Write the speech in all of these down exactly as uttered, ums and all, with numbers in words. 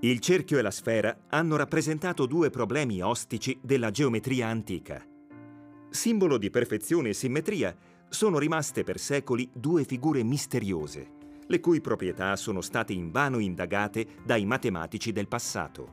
Il cerchio e la sfera hanno rappresentato due problemi ostici della geometria antica. Simbolo di perfezione e simmetria, sono rimaste per secoli due figure misteriose, le cui proprietà sono state invano indagate dai matematici del passato.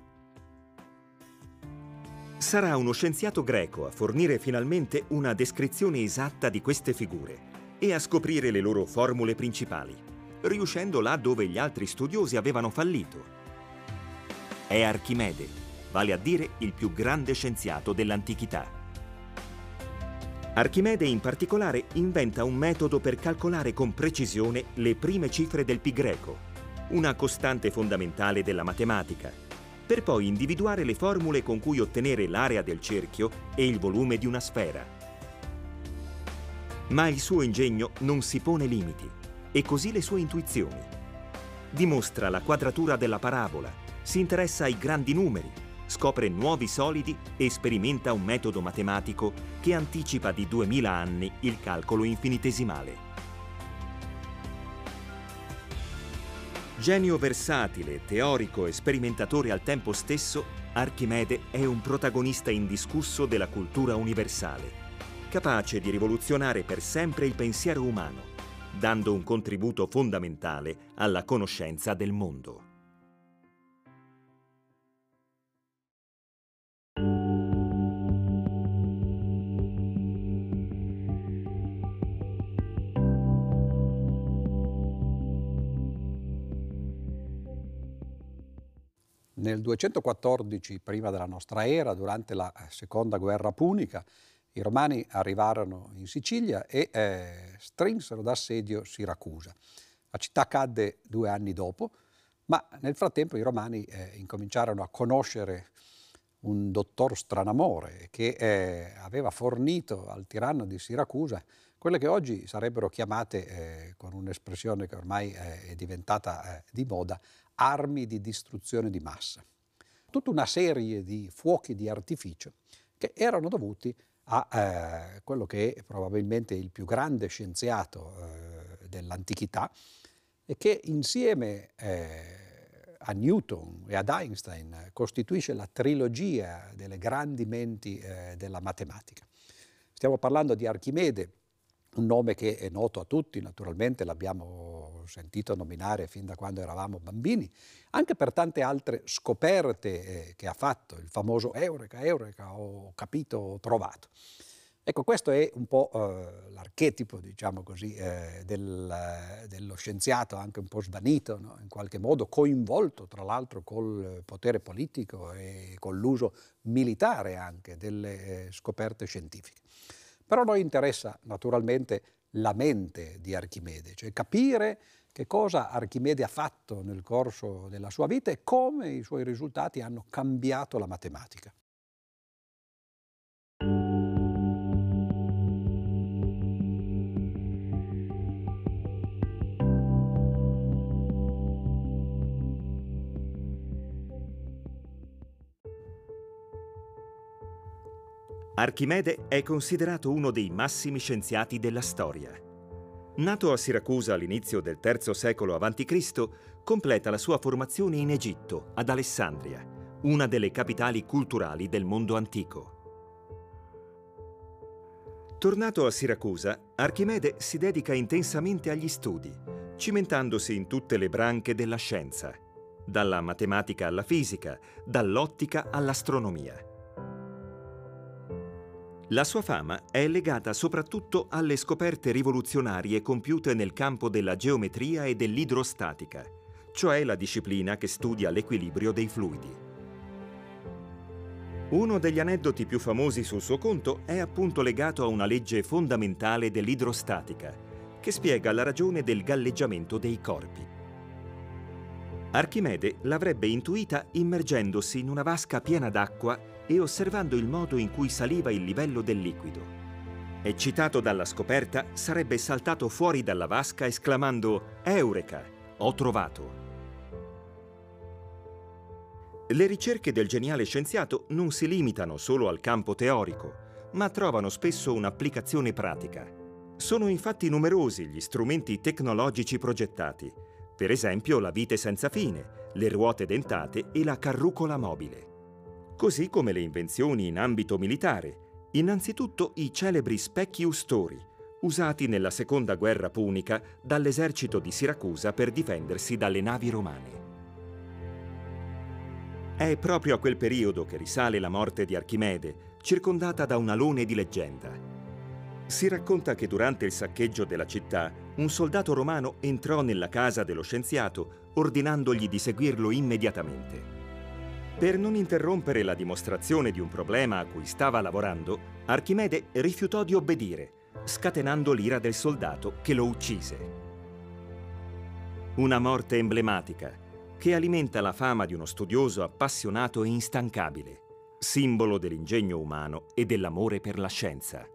Sarà uno scienziato greco a fornire finalmente una descrizione esatta di queste figure e a scoprire le loro formule principali, riuscendo là dove gli altri studiosi avevano fallito. È Archimede, vale a dire il più grande scienziato dell'antichità. Archimede in particolare inventa un metodo per calcolare con precisione le prime cifre del pi greco, una costante fondamentale della matematica, per poi individuare le formule con cui ottenere l'area del cerchio e il volume di una sfera. Ma il suo ingegno non si pone limiti, e così le sue intuizioni. Dimostra la quadratura della parabola, si interessa ai grandi numeri, scopre nuovi solidi e sperimenta un metodo matematico che anticipa di duemila anni il calcolo infinitesimale. Genio versatile, teorico e sperimentatore al tempo stesso, Archimede è un protagonista indiscusso della cultura universale, capace di rivoluzionare per sempre il pensiero umano, dando un contributo fondamentale alla conoscenza del mondo. Nel duecentoquattordici prima della nostra era, durante la seconda guerra punica, i Romani arrivarono in Sicilia e eh, strinsero d'assedio Siracusa. La città cadde due anni dopo, ma nel frattempo i Romani eh, incominciarono a conoscere un dottor Stranamore che eh, aveva fornito al tiranno di Siracusa quelle che oggi sarebbero chiamate, eh, con un'espressione che ormai eh, è diventata eh, di moda, armi di distruzione di massa. Tutta una serie di fuochi di artificio che erano dovuti a eh, quello che è probabilmente il più grande scienziato eh, dell'antichità e che insieme eh, a Newton e ad Einstein costituisce la trilogia delle grandi menti eh, della matematica. Stiamo parlando di Archimede, un nome che è noto a tutti, naturalmente l'abbiamo sentito nominare fin da quando eravamo bambini, anche per tante altre scoperte eh, che ha fatto, il famoso Eureka, Eureka, ho capito, ho trovato. Ecco, questo è un po' eh, l'archetipo, diciamo così, eh, del, dello scienziato, anche un po' svanito, no? In qualche modo coinvolto, tra l'altro, col potere politico e con l'uso militare anche delle eh, scoperte scientifiche. Però a noi interessa naturalmente la mente di Archimede, cioè capire che cosa Archimede ha fatto nel corso della sua vita e come i suoi risultati hanno cambiato la matematica. Archimede è considerato uno dei massimi scienziati della storia. Nato a Siracusa all'inizio del terzo secolo avanti Cristo, completa la sua formazione in Egitto, ad Alessandria, una delle capitali culturali del mondo antico. Tornato a Siracusa, Archimede si dedica intensamente agli studi, cimentandosi in tutte le branche della scienza, dalla matematica alla fisica, dall'ottica all'astronomia. La sua fama è legata soprattutto alle scoperte rivoluzionarie compiute nel campo della geometria e dell'idrostatica, cioè la disciplina che studia l'equilibrio dei fluidi. Uno degli aneddoti più famosi sul suo conto è appunto legato a una legge fondamentale dell'idrostatica, che spiega la ragione del galleggiamento dei corpi. Archimede l'avrebbe intuita immergendosi in una vasca piena d'acqua e osservando il modo in cui saliva il livello del liquido. Eccitato dalla scoperta, sarebbe saltato fuori dalla vasca esclamando «Eureka! Ho trovato!». Le ricerche del geniale scienziato non si limitano solo al campo teorico, ma trovano spesso un'applicazione pratica. Sono infatti numerosi gli strumenti tecnologici progettati, per esempio la vite senza fine, le ruote dentate e la carrucola mobile. Così come le invenzioni in ambito militare, innanzitutto i celebri specchi ustori, usati nella seconda guerra punica dall'esercito di Siracusa per difendersi dalle navi romane. È proprio a quel periodo che risale la morte di Archimede, circondata da un alone di leggenda. Si racconta che durante il saccheggio della città, un soldato romano entrò nella casa dello scienziato ordinandogli di seguirlo immediatamente. Per non interrompere la dimostrazione di un problema a cui stava lavorando, Archimede rifiutò di obbedire, scatenando l'ira del soldato che lo uccise. Una morte emblematica che alimenta la fama di uno studioso appassionato e instancabile, simbolo dell'ingegno umano e dell'amore per la scienza.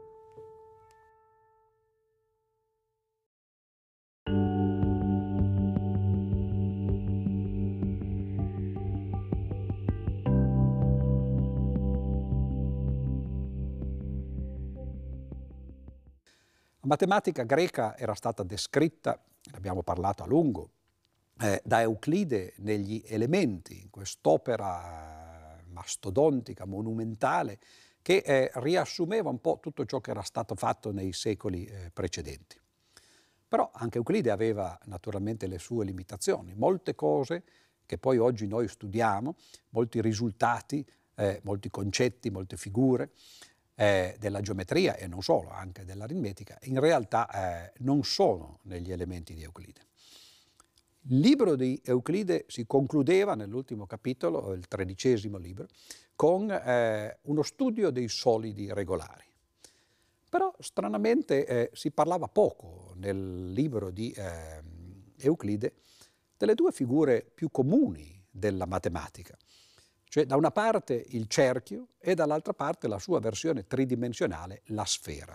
La matematica greca era stata descritta, ne abbiamo parlato a lungo, Eh, da Euclide negli Elementi, in quest'opera eh, mastodontica, monumentale, che eh, riassumeva un po' tutto ciò che era stato fatto nei secoli eh, precedenti. Però anche Euclide aveva naturalmente le sue limitazioni. Molte cose che poi oggi noi studiamo, molti risultati, eh, molti concetti, molte figure eh, della geometria e non solo, anche dell'aritmetica, in realtà eh, non sono negli Elementi di Euclide. Il libro di Euclide si concludeva nell'ultimo capitolo, il tredicesimo libro, con eh, uno studio dei solidi regolari. Però stranamente eh, si parlava poco nel libro di eh, Euclide delle due figure più comuni della matematica, cioè da una parte il cerchio e dall'altra parte la sua versione tridimensionale, la sfera.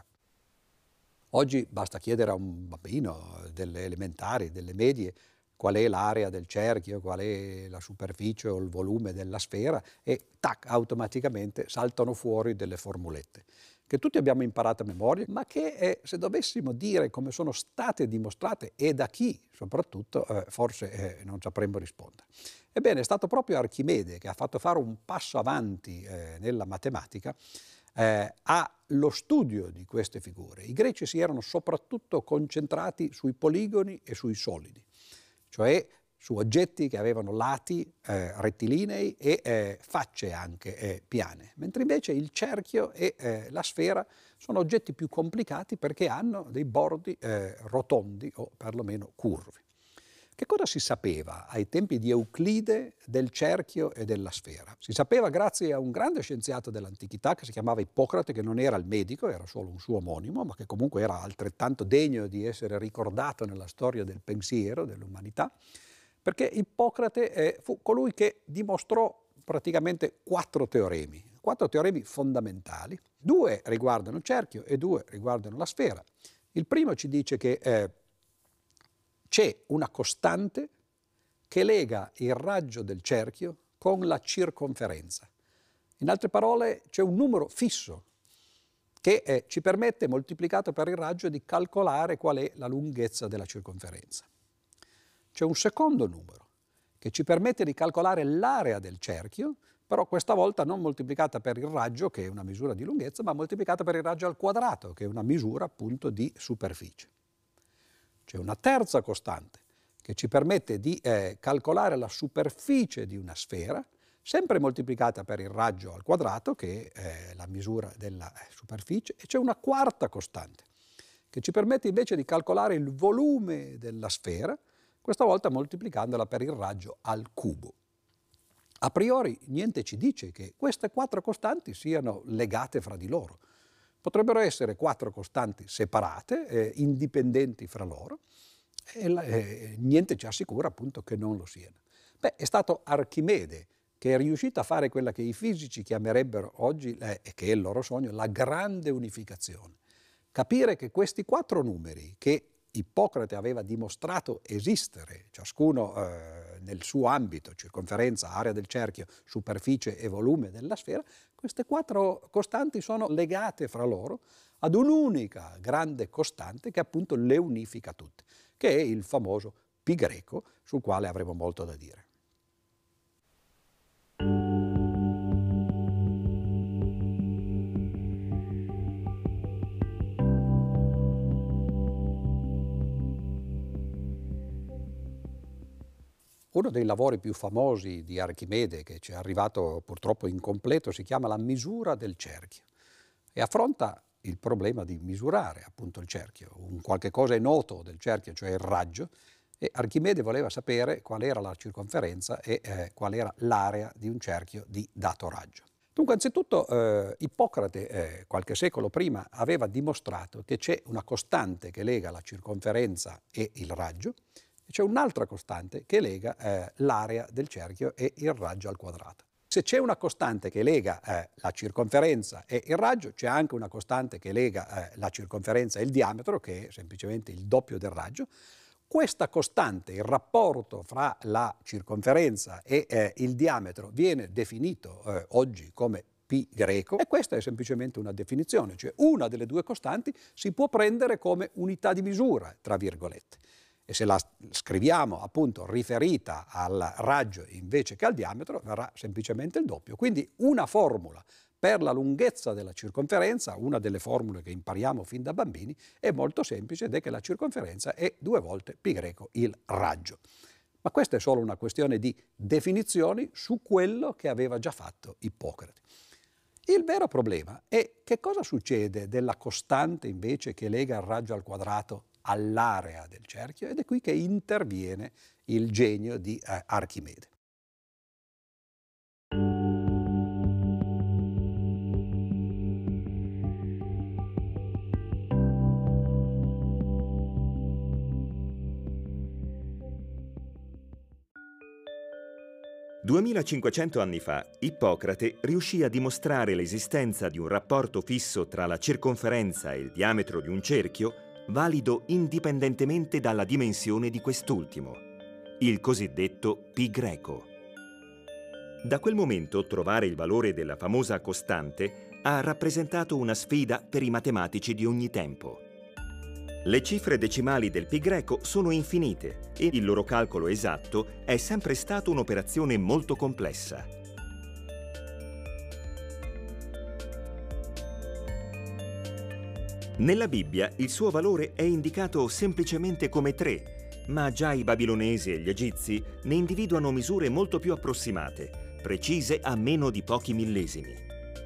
Oggi basta chiedere a un bambino delle elementari, delle medie, qual è l'area del cerchio, qual è la superficie o il volume della sfera e tac, automaticamente saltano fuori delle formulette che tutti abbiamo imparato a memoria, ma che eh, se dovessimo dire come sono state dimostrate e da chi soprattutto, eh, forse eh, non sapremmo rispondere. Ebbene, è stato proprio Archimede che ha fatto fare un passo avanti eh, nella matematica eh, allo studio di queste figure. I greci si erano soprattutto concentrati sui poligoni e sui solidi, cioè su oggetti che avevano lati eh, rettilinei e eh, facce anche eh, piane, mentre invece il cerchio e eh, la sfera sono oggetti più complicati perché hanno dei bordi eh, rotondi o perlomeno curvi. Che cosa si sapeva ai tempi di Euclide del cerchio e della sfera? Si sapeva grazie a un grande scienziato dell'antichità che si chiamava Ippocrate, che non era il medico, era solo un suo omonimo, ma che comunque era altrettanto degno di essere ricordato nella storia del pensiero dell'umanità, perché Ippocrate eh, fu colui che dimostrò praticamente quattro teoremi, quattro teoremi fondamentali. Due riguardano il cerchio e due riguardano la sfera. Il primo ci dice che eh, c'è una costante che lega il raggio del cerchio con la circonferenza. In altre parole, c'è un numero fisso che eh, ci permette, moltiplicato per il raggio, di calcolare qual è la lunghezza della circonferenza. C'è un secondo numero che ci permette di calcolare l'area del cerchio, però questa volta non moltiplicata per il raggio, che è una misura di lunghezza, ma moltiplicata per il raggio al quadrato, che è una misura appunto di superficie. C'è una terza costante che ci permette di eh, calcolare la superficie di una sfera, sempre moltiplicata per il raggio al quadrato, che è eh, la misura della superficie, e c'è una quarta costante che ci permette invece di calcolare il volume della sfera, questa volta moltiplicandola per il raggio al cubo. A priori niente ci dice che queste quattro costanti siano legate fra di loro. Potrebbero essere quattro costanti separate, eh, indipendenti fra loro, e la, eh, niente ci assicura appunto che non lo siano. Beh, è stato Archimede che è riuscito a fare quella che i fisici chiamerebbero oggi, eh, e che è il loro sogno, la grande unificazione. Capire che questi quattro numeri che Ippocrate aveva dimostrato esistere, ciascuno eh, nel suo ambito, circonferenza, area del cerchio, superficie e volume della sfera, queste quattro costanti sono legate fra loro ad un'unica grande costante che appunto le unifica tutte, che è il famoso pi greco, sul quale avremo molto da dire. Uno dei lavori più famosi di Archimede, che ci è arrivato purtroppo incompleto, si chiama La misura del cerchio e affronta il problema di misurare appunto il cerchio. Un qualche cosa è noto del cerchio, cioè il raggio, e Archimede voleva sapere qual era la circonferenza e eh, qual era l'area di un cerchio di dato raggio. Dunque, anzitutto, eh, Ippocrate, eh, qualche secolo prima, aveva dimostrato che c'è una costante che lega la circonferenza e il raggio, e c'è un'altra costante che lega eh, l'area del cerchio e il raggio al quadrato. Se c'è una costante che lega eh, la circonferenza e il raggio, c'è anche una costante che lega eh, la circonferenza e il diametro, che è semplicemente il doppio del raggio. Questa costante, il rapporto fra la circonferenza e eh, il diametro, viene definito eh, oggi come π greco, e questa è semplicemente una definizione, cioè una delle due costanti si può prendere come unità di misura, tra virgolette. E se la scriviamo appunto riferita al raggio invece che al diametro, verrà semplicemente il doppio. Quindi una formula per la lunghezza della circonferenza, una delle formule che impariamo fin da bambini, è molto semplice ed è che la circonferenza è due volte π greco il raggio. Ma questa è solo una questione di definizioni su quello che aveva già fatto Ippocrate. Il vero problema è che cosa succede della costante invece che lega il raggio al quadrato all'area del cerchio, ed è qui che interviene il genio di eh, Archimede. duemilacinquecento anni fa, Ippocrate riuscì a dimostrare l'esistenza di un rapporto fisso tra la circonferenza e il diametro di un cerchio, valido indipendentemente dalla dimensione di quest'ultimo, il cosiddetto π greco. Da quel momento trovare il valore della famosa costante ha rappresentato una sfida per i matematici di ogni tempo. Le cifre decimali del π greco sono infinite e il loro calcolo esatto è sempre stato un'operazione molto complessa. Nella Bibbia il suo valore è indicato semplicemente come tre, ma già i babilonesi e gli egizi ne individuano misure molto più approssimate, precise a meno di pochi millesimi.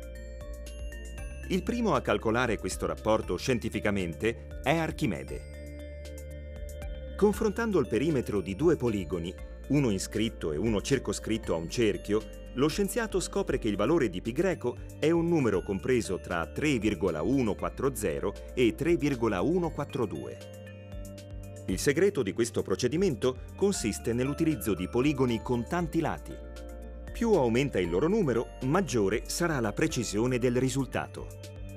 Il primo a calcolare questo rapporto scientificamente è Archimede. Confrontando il perimetro di due poligoni, uno iscritto e uno circoscritto a un cerchio, lo scienziato scopre che il valore di π greco è un numero compreso tra tre virgola centoquaranta e tre virgola centoquarantadue. Il segreto di questo procedimento consiste nell'utilizzo di poligoni con tanti lati. Più aumenta il loro numero, maggiore sarà la precisione del risultato.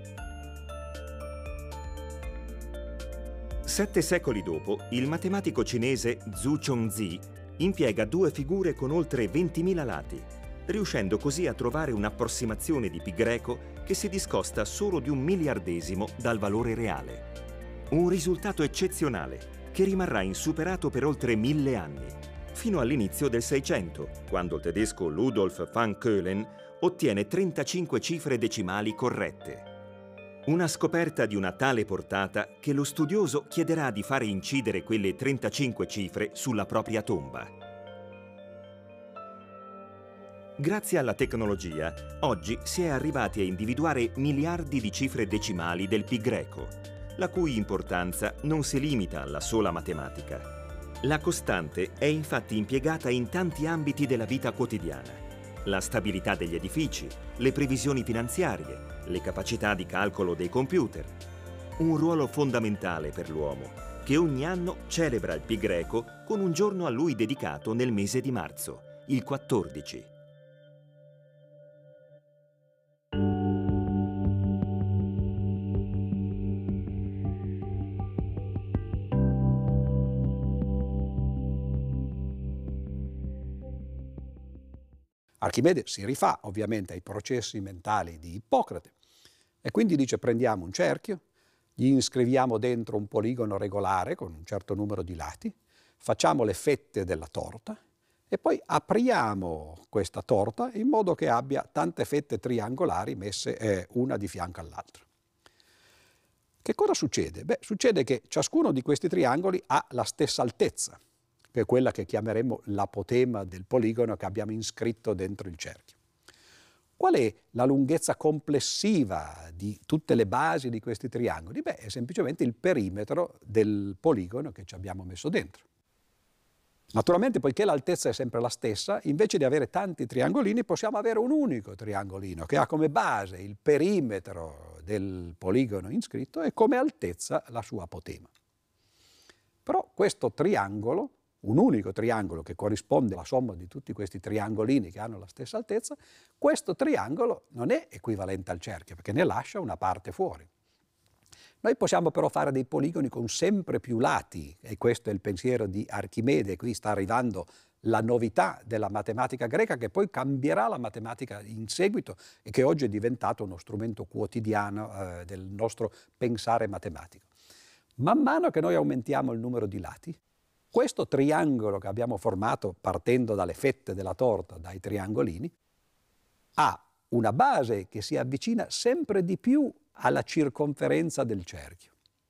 Sette secoli dopo, il matematico cinese Zhu Chongzhi impiega due figure con oltre ventimila lati, riuscendo così a trovare un'approssimazione di π greco che si discosta solo di un miliardesimo dal valore reale. Un risultato eccezionale che rimarrà insuperato per oltre mille anni, fino all'inizio del Seicento, quando il tedesco Ludolf van Ceulen ottiene trentacinque cifre decimali corrette. Una scoperta di una tale portata che lo studioso chiederà di fare incidere quelle trentacinque cifre sulla propria tomba. Grazie alla tecnologia, oggi si è arrivati a individuare miliardi di cifre decimali del π greco, la cui importanza non si limita alla sola matematica. La costante è infatti impiegata in tanti ambiti della vita quotidiana. La stabilità degli edifici, le previsioni finanziarie, le capacità di calcolo dei computer. Un ruolo fondamentale per l'uomo, che ogni anno celebra il π greco con un giorno a lui dedicato nel mese di marzo, il quattordici. Archimede si rifà ovviamente ai processi mentali di Ippocrate e quindi dice: prendiamo un cerchio, gli inscriviamo dentro un poligono regolare con un certo numero di lati, facciamo le fette della torta e poi apriamo questa torta in modo che abbia tante fette triangolari messe eh, una di fianco all'altra. Che cosa succede? Beh, succede che ciascuno di questi triangoli ha la stessa altezza, che è quella che chiameremo l'apotema del poligono che abbiamo iscritto dentro il cerchio. Qual è la lunghezza complessiva di tutte le basi di questi triangoli? Beh, è semplicemente il perimetro del poligono che ci abbiamo messo dentro. Naturalmente, poiché l'altezza è sempre la stessa, invece di avere tanti triangolini possiamo avere un unico triangolino che ha come base il perimetro del poligono iscritto e come altezza la sua apotema. Però questo triangolo, un unico triangolo che corrisponde alla somma di tutti questi triangolini che hanno la stessa altezza, questo triangolo non è equivalente al cerchio perché ne lascia una parte fuori. Noi possiamo però fare dei poligoni con sempre più lati, e questo è il pensiero di Archimede. Qui sta arrivando la novità della matematica greca che poi cambierà la matematica in seguito e che oggi è diventato uno strumento quotidiano eh, del nostro pensare matematico. Man mano che noi aumentiamo il numero di lati, questo triangolo che abbiamo formato partendo dalle fette della torta, dai triangolini, ha una base che si avvicina sempre di più alla circonferenza del cerchio.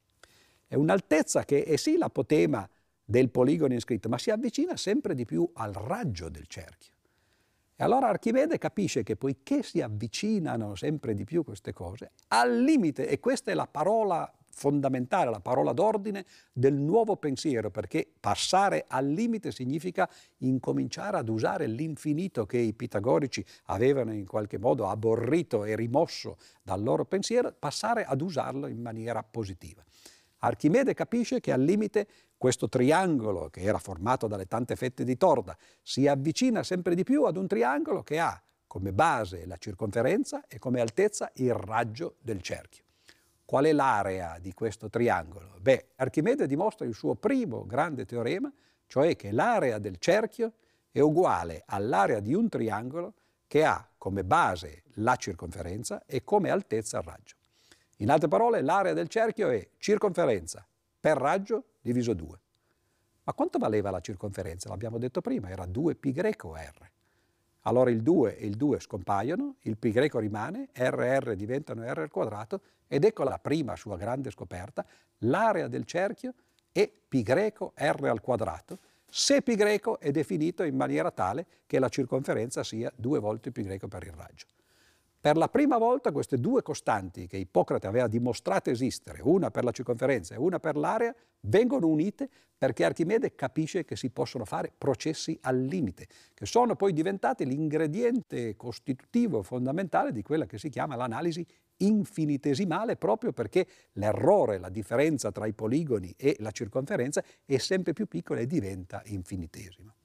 È un'altezza che è sì l'apotema del poligono iscritto, ma si avvicina sempre di più al raggio del cerchio. E allora Archimede capisce che poiché si avvicinano sempre di più queste cose, al limite, e questa è la parola fondamentale, la parola d'ordine del nuovo pensiero, perché passare al limite significa incominciare ad usare l'infinito che i pitagorici avevano in qualche modo aborrito e rimosso dal loro pensiero, passare ad usarlo in maniera positiva. Archimede capisce che al limite questo triangolo, che era formato dalle tante fette di torta, si avvicina sempre di più ad un triangolo che ha come base la circonferenza e come altezza il raggio del cerchio. Qual è l'area di questo triangolo? Beh, Archimede dimostra il suo primo grande teorema, cioè che l'area del cerchio è uguale all'area di un triangolo che ha come base la circonferenza e come altezza il raggio. In altre parole, l'area del cerchio è circonferenza per raggio diviso due. Ma quanto valeva la circonferenza? L'abbiamo detto prima, era due pi greco R. Allora il due e il due scompaiono, il pi greco rimane, R R diventano R al quadrato, ed ecco la prima sua grande scoperta: l'area del cerchio è pi greco R al quadrato, se pi greco è definito in maniera tale che la circonferenza sia due volte pi greco per il raggio. Per la prima volta queste due costanti che Ippocrate aveva dimostrato esistere, una per la circonferenza e una per l'area, vengono unite perché Archimede capisce che si possono fare processi al limite, che sono poi diventati l'ingrediente costitutivo fondamentale di quella che si chiama l'analisi infinitesimale, proprio perché l'errore, la differenza tra i poligoni e la circonferenza è sempre più piccola e diventa infinitesima.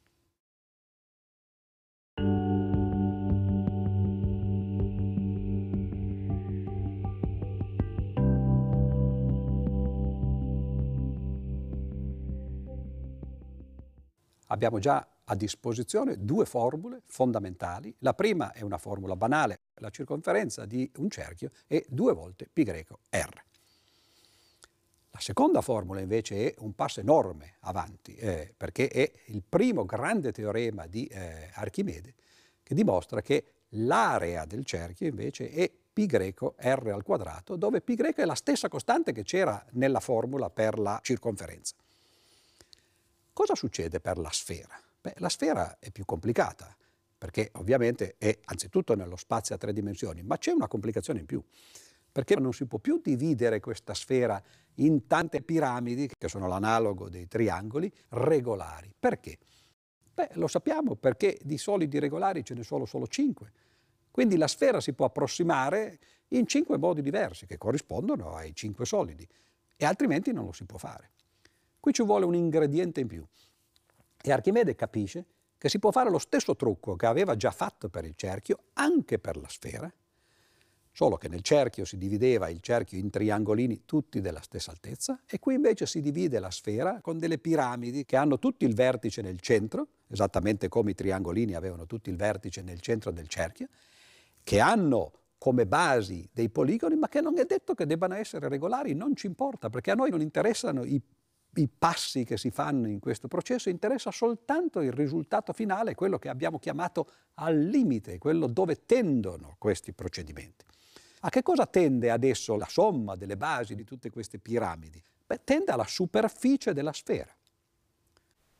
Abbiamo già a disposizione due formule fondamentali. La prima è una formula banale: la circonferenza di un cerchio è due volte pi greco R. La seconda formula invece è un passo enorme avanti, eh, perché è il primo grande teorema di eh, Archimede che dimostra che l'area del cerchio invece è pi greco R al quadrato, dove pi greco è la stessa costante che c'era nella formula per la circonferenza. Cosa succede per la sfera? Beh, la sfera è più complicata, perché ovviamente è anzitutto nello spazio a tre dimensioni, ma c'è una complicazione in più, perché non si può più dividere questa sfera in tante piramidi, che sono l'analogo dei triangoli, regolari. Perché? Beh, lo sappiamo perché di solidi regolari ce ne sono solo cinque. Quindi la sfera si può approssimare in cinque modi diversi, che corrispondono ai cinque solidi, e altrimenti non lo si può fare. Qui ci vuole un ingrediente in più e Archimede capisce che si può fare lo stesso trucco che aveva già fatto per il cerchio anche per la sfera, solo che nel cerchio si divideva il cerchio in triangolini tutti della stessa altezza e qui invece si divide la sfera con delle piramidi che hanno tutti il vertice nel centro, esattamente come i triangolini avevano tutti il vertice nel centro del cerchio, che hanno come basi dei poligoni, ma che non è detto che debbano essere regolari, non ci importa, perché a noi non interessano i i passi che si fanno in questo processo, interessa soltanto il risultato finale, quello che abbiamo chiamato al limite, quello dove tendono questi procedimenti. A che cosa tende adesso la somma delle basi di tutte queste piramidi? Beh, tende alla superficie della sfera.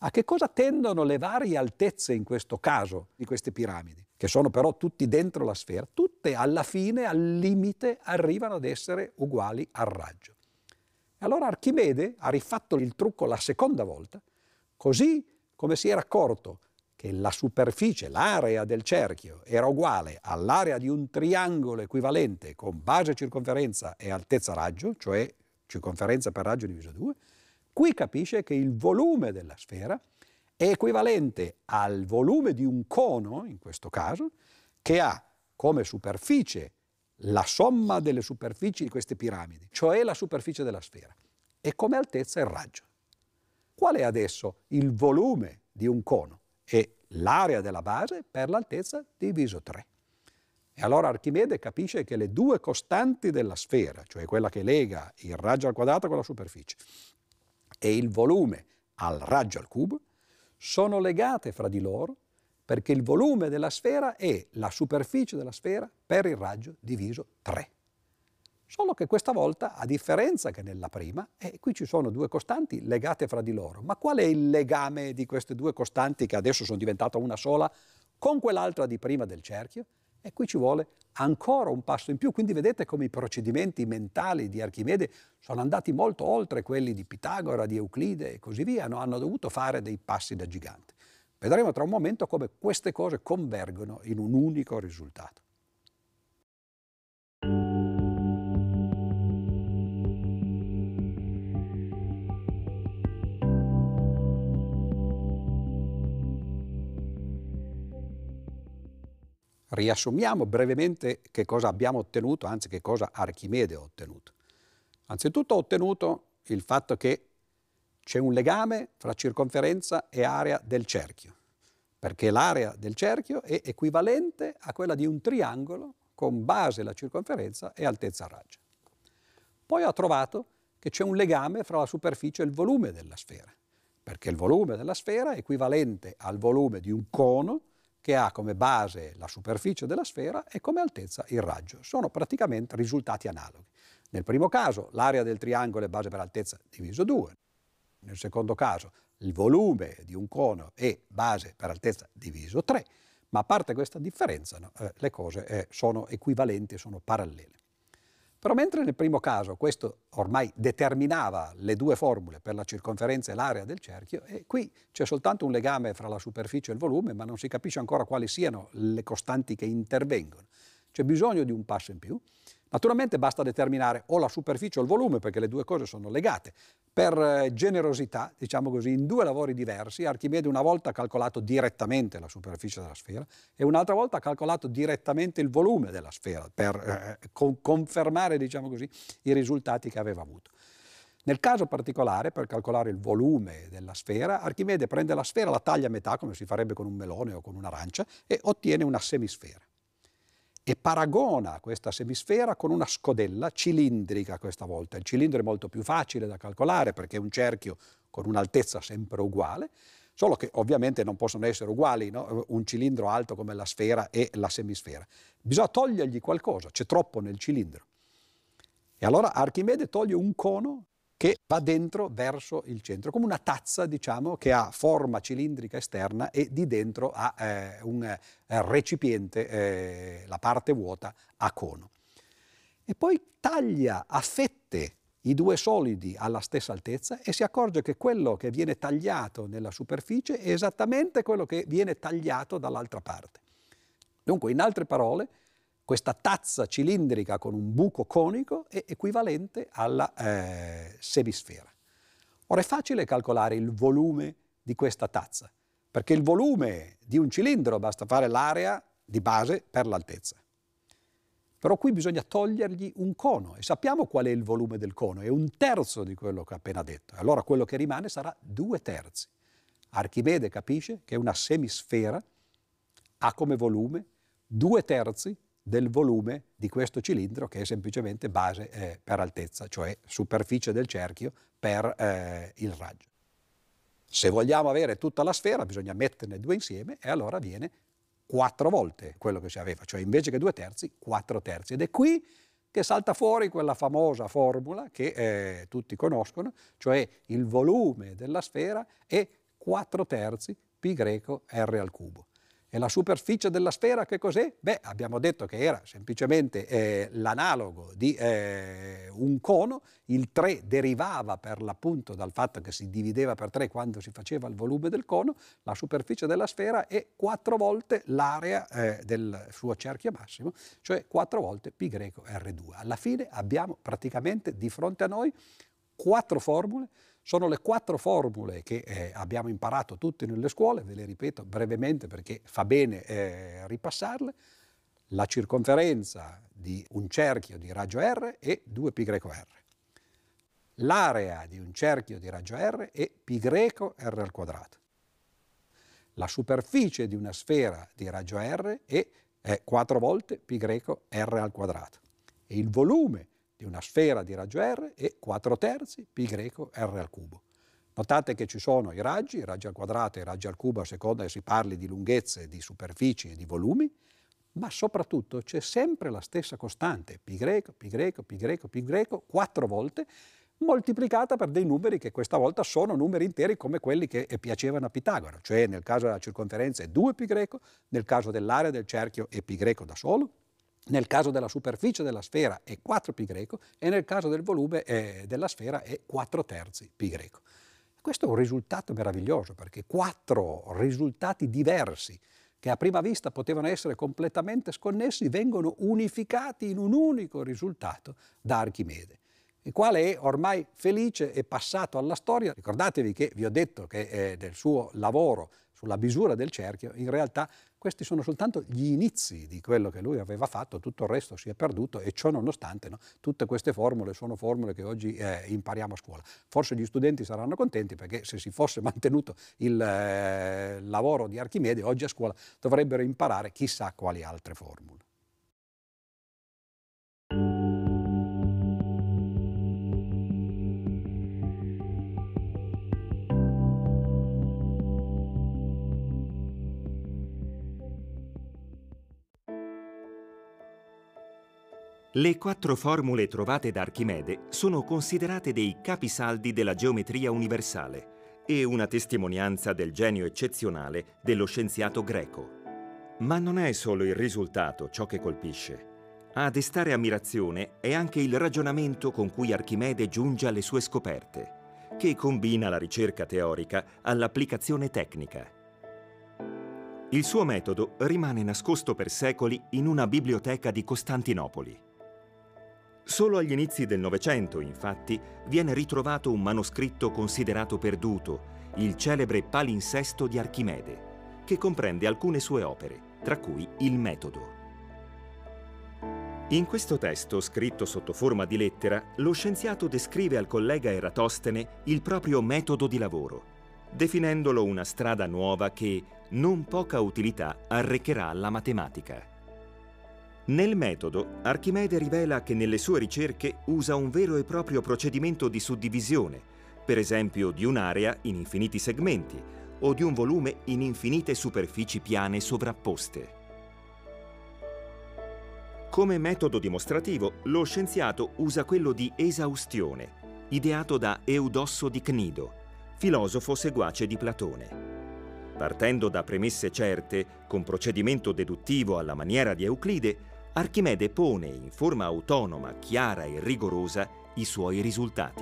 A che cosa tendono le varie altezze in questo caso di queste piramidi, che sono però tutti dentro la sfera? Tutte alla fine, al limite, arrivano ad essere uguali al raggio. E allora Archimede ha rifatto il trucco la seconda volta, così come si era accorto che la superficie, l'area del cerchio, era uguale all'area di un triangolo equivalente con base, circonferenza e altezza raggio, cioè circonferenza per raggio diviso due, qui capisce che il volume della sfera è equivalente al volume di un cono, in questo caso, che ha come superficie la somma delle superfici di queste piramidi, cioè la superficie della sfera, e come altezza il raggio. Qual è adesso il volume di un cono? È l'area della base per l'altezza diviso tre. E allora Archimede capisce che le due costanti della sfera, cioè quella che lega il raggio al quadrato con la superficie, e il volume al raggio al cubo, sono legate fra di loro perché il volume della sfera è la superficie della sfera per il raggio diviso tre. Solo che questa volta, a differenza che nella prima, eh, qui ci sono due costanti legate fra di loro. Ma qual è il legame di queste due costanti che adesso sono diventate una sola con quell'altra di prima del cerchio? E qui ci vuole ancora un passo in più, quindi vedete come i procedimenti mentali di Archimede sono andati molto oltre quelli di Pitagora, di Euclide e così via, no? Hanno dovuto fare dei passi da gigante. Vedremo tra un momento come queste cose convergono in un unico risultato. Riassumiamo brevemente che cosa abbiamo ottenuto, anzi che cosa Archimede ha ottenuto. Anzitutto ha ottenuto il fatto che c'è un legame fra circonferenza e area del cerchio, perché l'area del cerchio è equivalente a quella di un triangolo con base la circonferenza e altezza raggio. Poi ha trovato che c'è un legame fra la superficie e il volume della sfera, perché il volume della sfera è equivalente al volume di un cono che ha come base la superficie della sfera e come altezza il raggio. Sono praticamente risultati analoghi. Nel primo caso l'area del triangolo è base per altezza diviso due, nel secondo caso il volume di un cono è base per altezza diviso tre, ma a parte questa differenza, no, eh, le cose eh, sono equivalenti, sono parallele. Però mentre nel primo caso questo ormai determinava le due formule per la circonferenza e l'area del cerchio, e qui c'è soltanto un legame fra la superficie e il volume, ma non si capisce ancora quali siano le costanti che intervengono. C'è bisogno di un passo in più. Naturalmente basta determinare o la superficie o il volume, perché le due cose sono legate. Per generosità, diciamo così, in due lavori diversi, Archimede una volta ha calcolato direttamente la superficie della sfera e un'altra volta ha calcolato direttamente il volume della sfera per eh, con- confermare, diciamo così, i risultati che aveva avuto. Nel caso particolare, per calcolare il volume della sfera, Archimede prende la sfera, la taglia a metà, come si farebbe con un melone o con un'arancia, e ottiene una semisfera. E paragona questa semisfera con una scodella cilindrica questa volta. Il cilindro è molto più facile da calcolare perché è un cerchio con un'altezza sempre uguale, solo che ovviamente non possono essere uguali, no? Un cilindro alto come la sfera e la semisfera. Bisogna togliergli qualcosa, c'è troppo nel cilindro. E allora Archimede toglie un cono che va dentro verso il centro, come una tazza, diciamo, che ha forma cilindrica esterna e di dentro ha eh, un eh, recipiente, eh, la parte vuota, a cono. E poi taglia a fette i due solidi alla stessa altezza e si accorge che quello che viene tagliato nella superficie è esattamente quello che viene tagliato dall'altra parte. Dunque, in altre parole, questa tazza cilindrica con un buco conico è equivalente alla eh, semisfera. Ora è facile calcolare il volume di questa tazza, perché il volume di un cilindro basta fare l'area di base per l'altezza. Però qui bisogna togliergli un cono e sappiamo qual è il volume del cono, è un terzo di quello che ho appena detto. Allora quello che rimane sarà due terzi. Archimede capisce che una semisfera ha come volume due terzi del volume di questo cilindro, che è semplicemente base eh, per altezza, cioè superficie del cerchio per eh, il raggio. Se vogliamo avere tutta la sfera bisogna metterne due insieme e allora viene quattro volte quello che si aveva, cioè invece che due terzi, quattro terzi. Ed è qui che salta fuori quella famosa formula che eh, tutti conoscono, cioè il volume della sfera è quattro terzi pi greco r al cubo. E la superficie della sfera che cos'è? Beh, abbiamo detto che era semplicemente eh, l'analogo di eh, un cono, il tre derivava per l'appunto dal fatto che si divideva per tre quando si faceva il volume del cono, la superficie della sfera è quattro volte l'area eh, del suo cerchio massimo, cioè quattro volte pi greco R due. Alla fine abbiamo praticamente di fronte a noi quattro formule. Sono le quattro formule che eh, abbiamo imparato tutte nelle scuole, ve le ripeto brevemente perché fa bene eh, ripassarle. La circonferenza di un cerchio di raggio R è due pi greco R. L'area di un cerchio di raggio R è pi greco R al quadrato. La superficie di una sfera di raggio R è, è quattro volte pi greco R al quadrato. E il volume di una sfera di raggio R è quattro terzi pi greco R al cubo. Notate che ci sono i raggi, i raggi al quadrato e i raggi al cubo a seconda che si parli di lunghezze, di superfici e di volumi, ma soprattutto c'è sempre la stessa costante, pi greco, pi greco, pi greco, pi greco, quattro volte, moltiplicata per dei numeri che questa volta sono numeri interi come quelli che piacevano a Pitagora, cioè nel caso della circonferenza è due pi greco, nel caso dell'area del cerchio è pi greco da solo, nel caso della superficie della sfera è quattro pi greco e nel caso del volume eh, della sfera è quattro terzi pi greco. Questo è un risultato meraviglioso perché quattro risultati diversi che a prima vista potevano essere completamente sconnessi vengono unificati in un unico risultato da Archimede, il quale è ormai felice e passato alla storia. Ricordatevi che vi ho detto che eh, del suo lavoro sulla misura del cerchio, in realtà questi sono soltanto gli inizi di quello che lui aveva fatto, tutto il resto si è perduto e ciò nonostante no, tutte queste formule sono formule che oggi eh, impariamo a scuola. Forse gli studenti saranno contenti perché se si fosse mantenuto il eh, lavoro di Archimede oggi a scuola dovrebbero imparare chissà quali altre formule. Le quattro formule trovate da Archimede sono considerate dei capisaldi della geometria universale e una testimonianza del genio eccezionale dello scienziato greco. Ma non è solo il risultato ciò che colpisce. A destare ammirazione è anche il ragionamento con cui Archimede giunge alle sue scoperte, che combina la ricerca teorica all'applicazione tecnica. Il suo metodo rimane nascosto per secoli in una biblioteca di Costantinopoli. Solo agli inizi del Novecento, infatti, viene ritrovato un manoscritto considerato perduto, il celebre Palinsesto di Archimede, che comprende alcune sue opere, tra cui il Metodo. In questo testo, scritto sotto forma di lettera, lo scienziato descrive al collega Eratostene il proprio metodo di lavoro, definendolo una strada nuova che non poca utilità arrecherà alla matematica. Nel metodo, Archimede rivela che nelle sue ricerche usa un vero e proprio procedimento di suddivisione, per esempio di un'area in infiniti segmenti o di un volume in infinite superfici piane sovrapposte. Come metodo dimostrativo, lo scienziato usa quello di esaustione, ideato da Eudosso di Cnido, filosofo seguace di Platone. Partendo da premesse certe, con procedimento deduttivo alla maniera di Euclide, Archimede pone in forma autonoma, chiara e rigorosa i suoi risultati.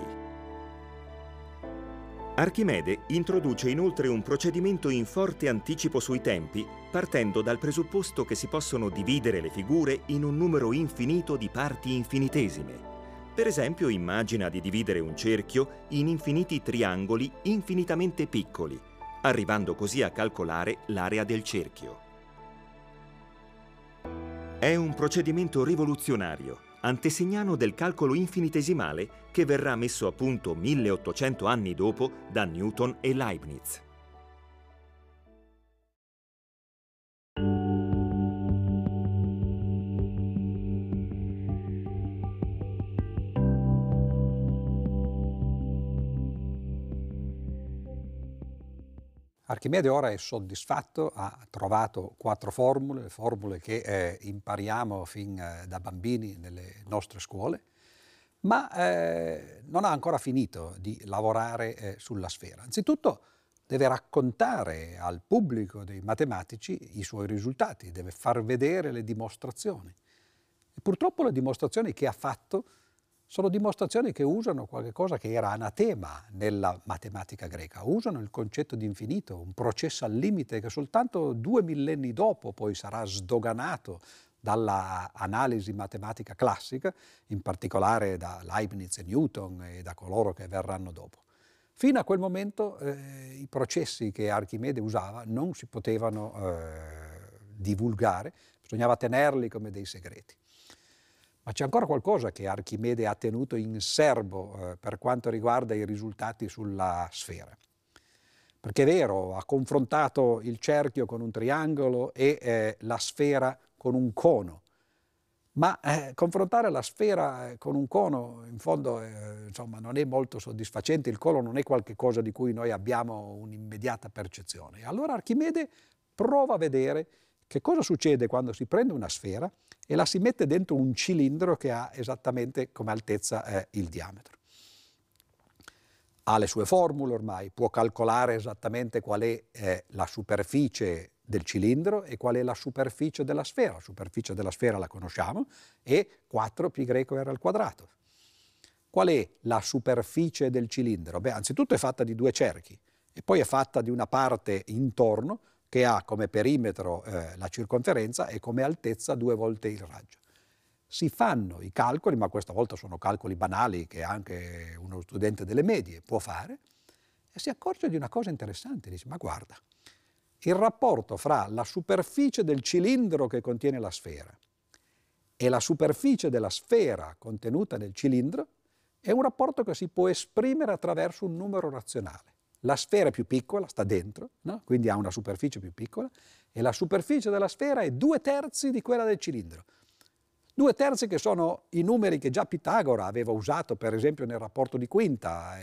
Archimede introduce inoltre un procedimento in forte anticipo sui tempi, partendo dal presupposto che si possono dividere le figure in un numero infinito di parti infinitesime. Per esempio, immagina di dividere un cerchio in infiniti triangoli infinitamente piccoli, arrivando così a calcolare l'area del cerchio. È un procedimento rivoluzionario, antesignano del calcolo infinitesimale che verrà messo a punto milleottocento anni dopo da Newton e Leibniz. Archimede ora è soddisfatto, ha trovato quattro formule, le formule che eh, impariamo fin eh, da bambini nelle nostre scuole, ma eh, non ha ancora finito di lavorare eh, sulla sfera. Anzitutto deve raccontare al pubblico dei matematici i suoi risultati, deve far vedere le dimostrazioni. E purtroppo le dimostrazioni che ha fatto sono dimostrazioni che usano qualcosa che era anatema nella matematica greca. Usano il concetto di infinito, un processo al limite che soltanto due millenni dopo poi sarà sdoganato dalla analisi matematica classica, in particolare da Leibniz e Newton e da coloro che verranno dopo. Fino a quel momento eh, i processi che Archimede usava non si potevano eh, divulgare, bisognava tenerli come dei segreti. Ma c'è ancora qualcosa che Archimede ha tenuto in serbo eh, per quanto riguarda i risultati sulla sfera. Perché è vero, ha confrontato il cerchio con un triangolo e eh, la sfera con un cono, ma eh, confrontare la sfera con un cono in fondo eh, insomma, non è molto soddisfacente, il cono non è qualcosa di cui noi abbiamo un'immediata percezione. Allora Archimede prova a vedere che cosa succede quando si prende una sfera e la si mette dentro un cilindro che ha esattamente come altezza eh, il diametro. Ha le sue formule ormai, può calcolare esattamente qual è eh, la superficie del cilindro e qual è la superficie della sfera. La superficie della sfera la conosciamo, è quattro pi greco r al quadrato. Qual è la superficie del cilindro? Beh, anzitutto è fatta di due cerchi e poi è fatta di una parte intorno che ha come perimetro eh, la circonferenza e come altezza due volte il raggio. Si fanno i calcoli, ma questa volta sono calcoli banali che anche uno studente delle medie può fare, e si accorge di una cosa interessante, dice: ma guarda, il rapporto fra la superficie del cilindro che contiene la sfera e la superficie della sfera contenuta nel cilindro è un rapporto che si può esprimere attraverso un numero razionale. La sfera è più piccola, sta dentro, no? Quindi ha una superficie più piccola, e la superficie della sfera è due terzi di quella del cilindro. Due terzi che sono i numeri che già Pitagora aveva usato per esempio nel rapporto di quinta,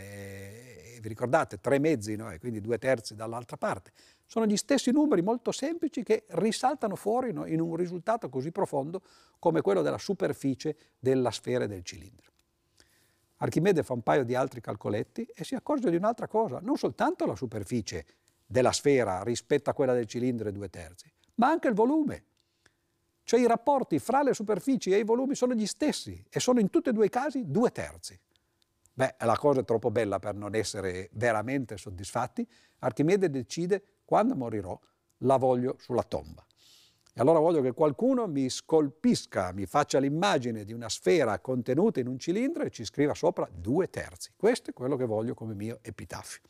e, e vi ricordate, tre mezzi, no? E quindi due terzi dall'altra parte. Sono gli stessi numeri molto semplici che risaltano fuori, no? In un risultato così profondo come quello della superficie della sfera e del cilindro. Archimede fa un paio di altri calcoletti e si accorge di un'altra cosa, non soltanto la superficie della sfera rispetto a quella del cilindro è due terzi, ma anche il volume. Cioè i rapporti fra le superfici e i volumi sono gli stessi e sono in tutti e due i casi due terzi. Beh, la cosa è troppo bella per non essere veramente soddisfatti. Archimede decide: quando morirò la voglio sulla tomba. E allora voglio che qualcuno mi scolpisca, mi faccia l'immagine di una sfera contenuta in un cilindro e ci scriva sopra due terzi. Questo è quello che voglio come mio epitaffio.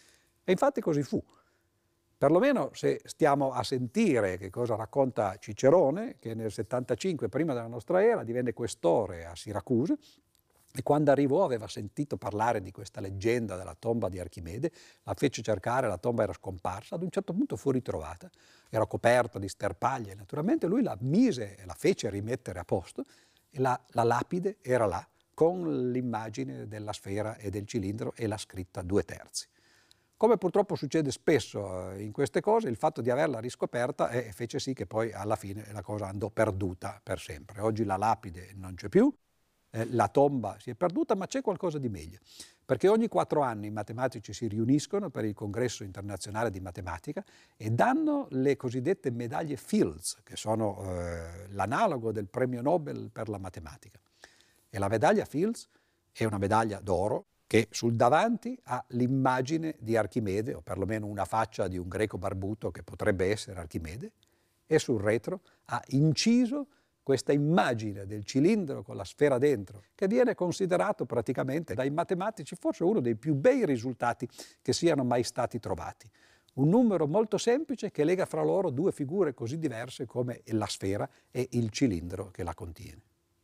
E infatti così fu. Perlomeno se stiamo a sentire che cosa racconta Cicerone, che nel settantacinque prima della nostra era divenne questore a Siracusa, e quando arrivò aveva sentito parlare di questa leggenda della tomba di Archimede, la fece cercare, la tomba era scomparsa, ad un certo punto fu ritrovata, era coperta di sterpaglie, naturalmente lui la mise e la fece rimettere a posto, e la, la lapide era là con l'immagine della sfera e del cilindro e la scritta due terzi. Come purtroppo succede spesso in queste cose, il fatto di averla riscoperta eh, fece sì che poi alla fine la cosa andò perduta per sempre. Oggi la lapide non c'è più, eh, la tomba si è perduta, ma c'è qualcosa di meglio, perché ogni quattro anni i matematici si riuniscono per il Congresso internazionale di matematica e danno le cosiddette medaglie Fields, che sono eh, l'analogo del premio Nobel per la matematica. E la medaglia Fields è una medaglia d'oro che sul davanti ha l'immagine di Archimede, o perlomeno una faccia di un greco barbuto che potrebbe essere Archimede, e sul retro ha inciso questa immagine del cilindro con la sfera dentro, che viene considerato praticamente dai matematici forse uno dei più bei risultati che siano mai stati trovati. Un numero molto semplice che lega fra loro due figure così diverse come la sfera e il cilindro che la contiene.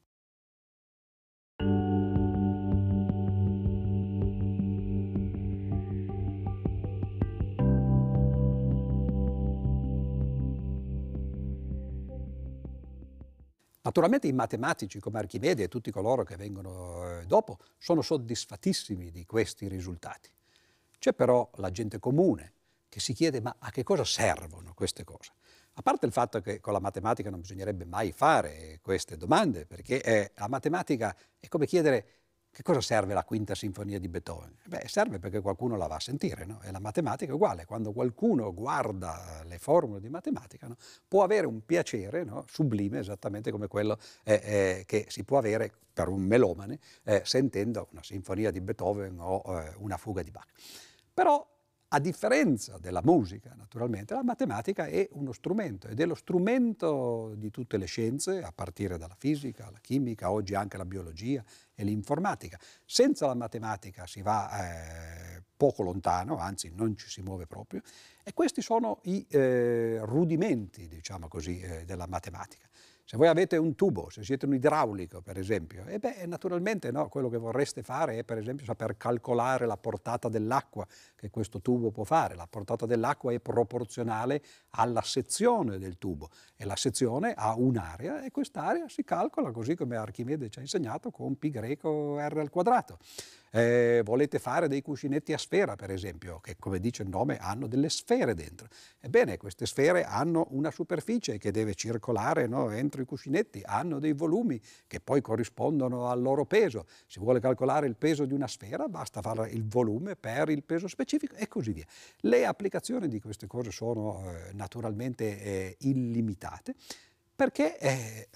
Naturalmente i matematici come Archimede e tutti coloro che vengono dopo sono soddisfattissimi di questi risultati. C'è però la gente comune che si chiede: ma a che cosa servono queste cose? A parte il fatto che con la matematica non bisognerebbe mai fare queste domande, perché eh, la matematica è come chiedere: Che cosa serve la quinta sinfonia di Beethoven? Beh, serve perché qualcuno la va a sentire, no? E la matematica è uguale, quando qualcuno guarda le formule di matematica, no? Può avere un piacere, no? Sublime, esattamente come quello eh, eh, che si può avere per un melomane eh, sentendo una sinfonia di Beethoven o eh, una fuga di Bach. Però, a differenza della musica, naturalmente, la matematica è uno strumento ed è lo strumento di tutte le scienze, a partire dalla fisica, la chimica, oggi anche la biologia e l'informatica. Senza la matematica si va eh, poco lontano, anzi non ci si muove proprio, e questi sono i eh, rudimenti, diciamo così, eh, della matematica. Se voi avete un tubo, se siete un idraulico per esempio, e beh, naturalmente no, quello che vorreste fare è per esempio saper calcolare la portata dell'acqua che questo tubo può fare. La portata dell'acqua è proporzionale alla sezione del tubo e la sezione ha un'area e quest'area si calcola così come Archimede ci ha insegnato con pi greco r al quadrato. Eh, volete fare dei cuscinetti a sfera per esempio, che come dice il nome hanno delle sfere dentro. Ebbene, queste sfere hanno una superficie che deve circolare, no, entro i cuscinetti, hanno dei volumi che poi corrispondono al loro peso. Si vuole calcolare il peso di una sfera, basta fare il volume per il peso specifico e così via. Le applicazioni di queste cose sono eh, naturalmente eh, illimitate perché eh,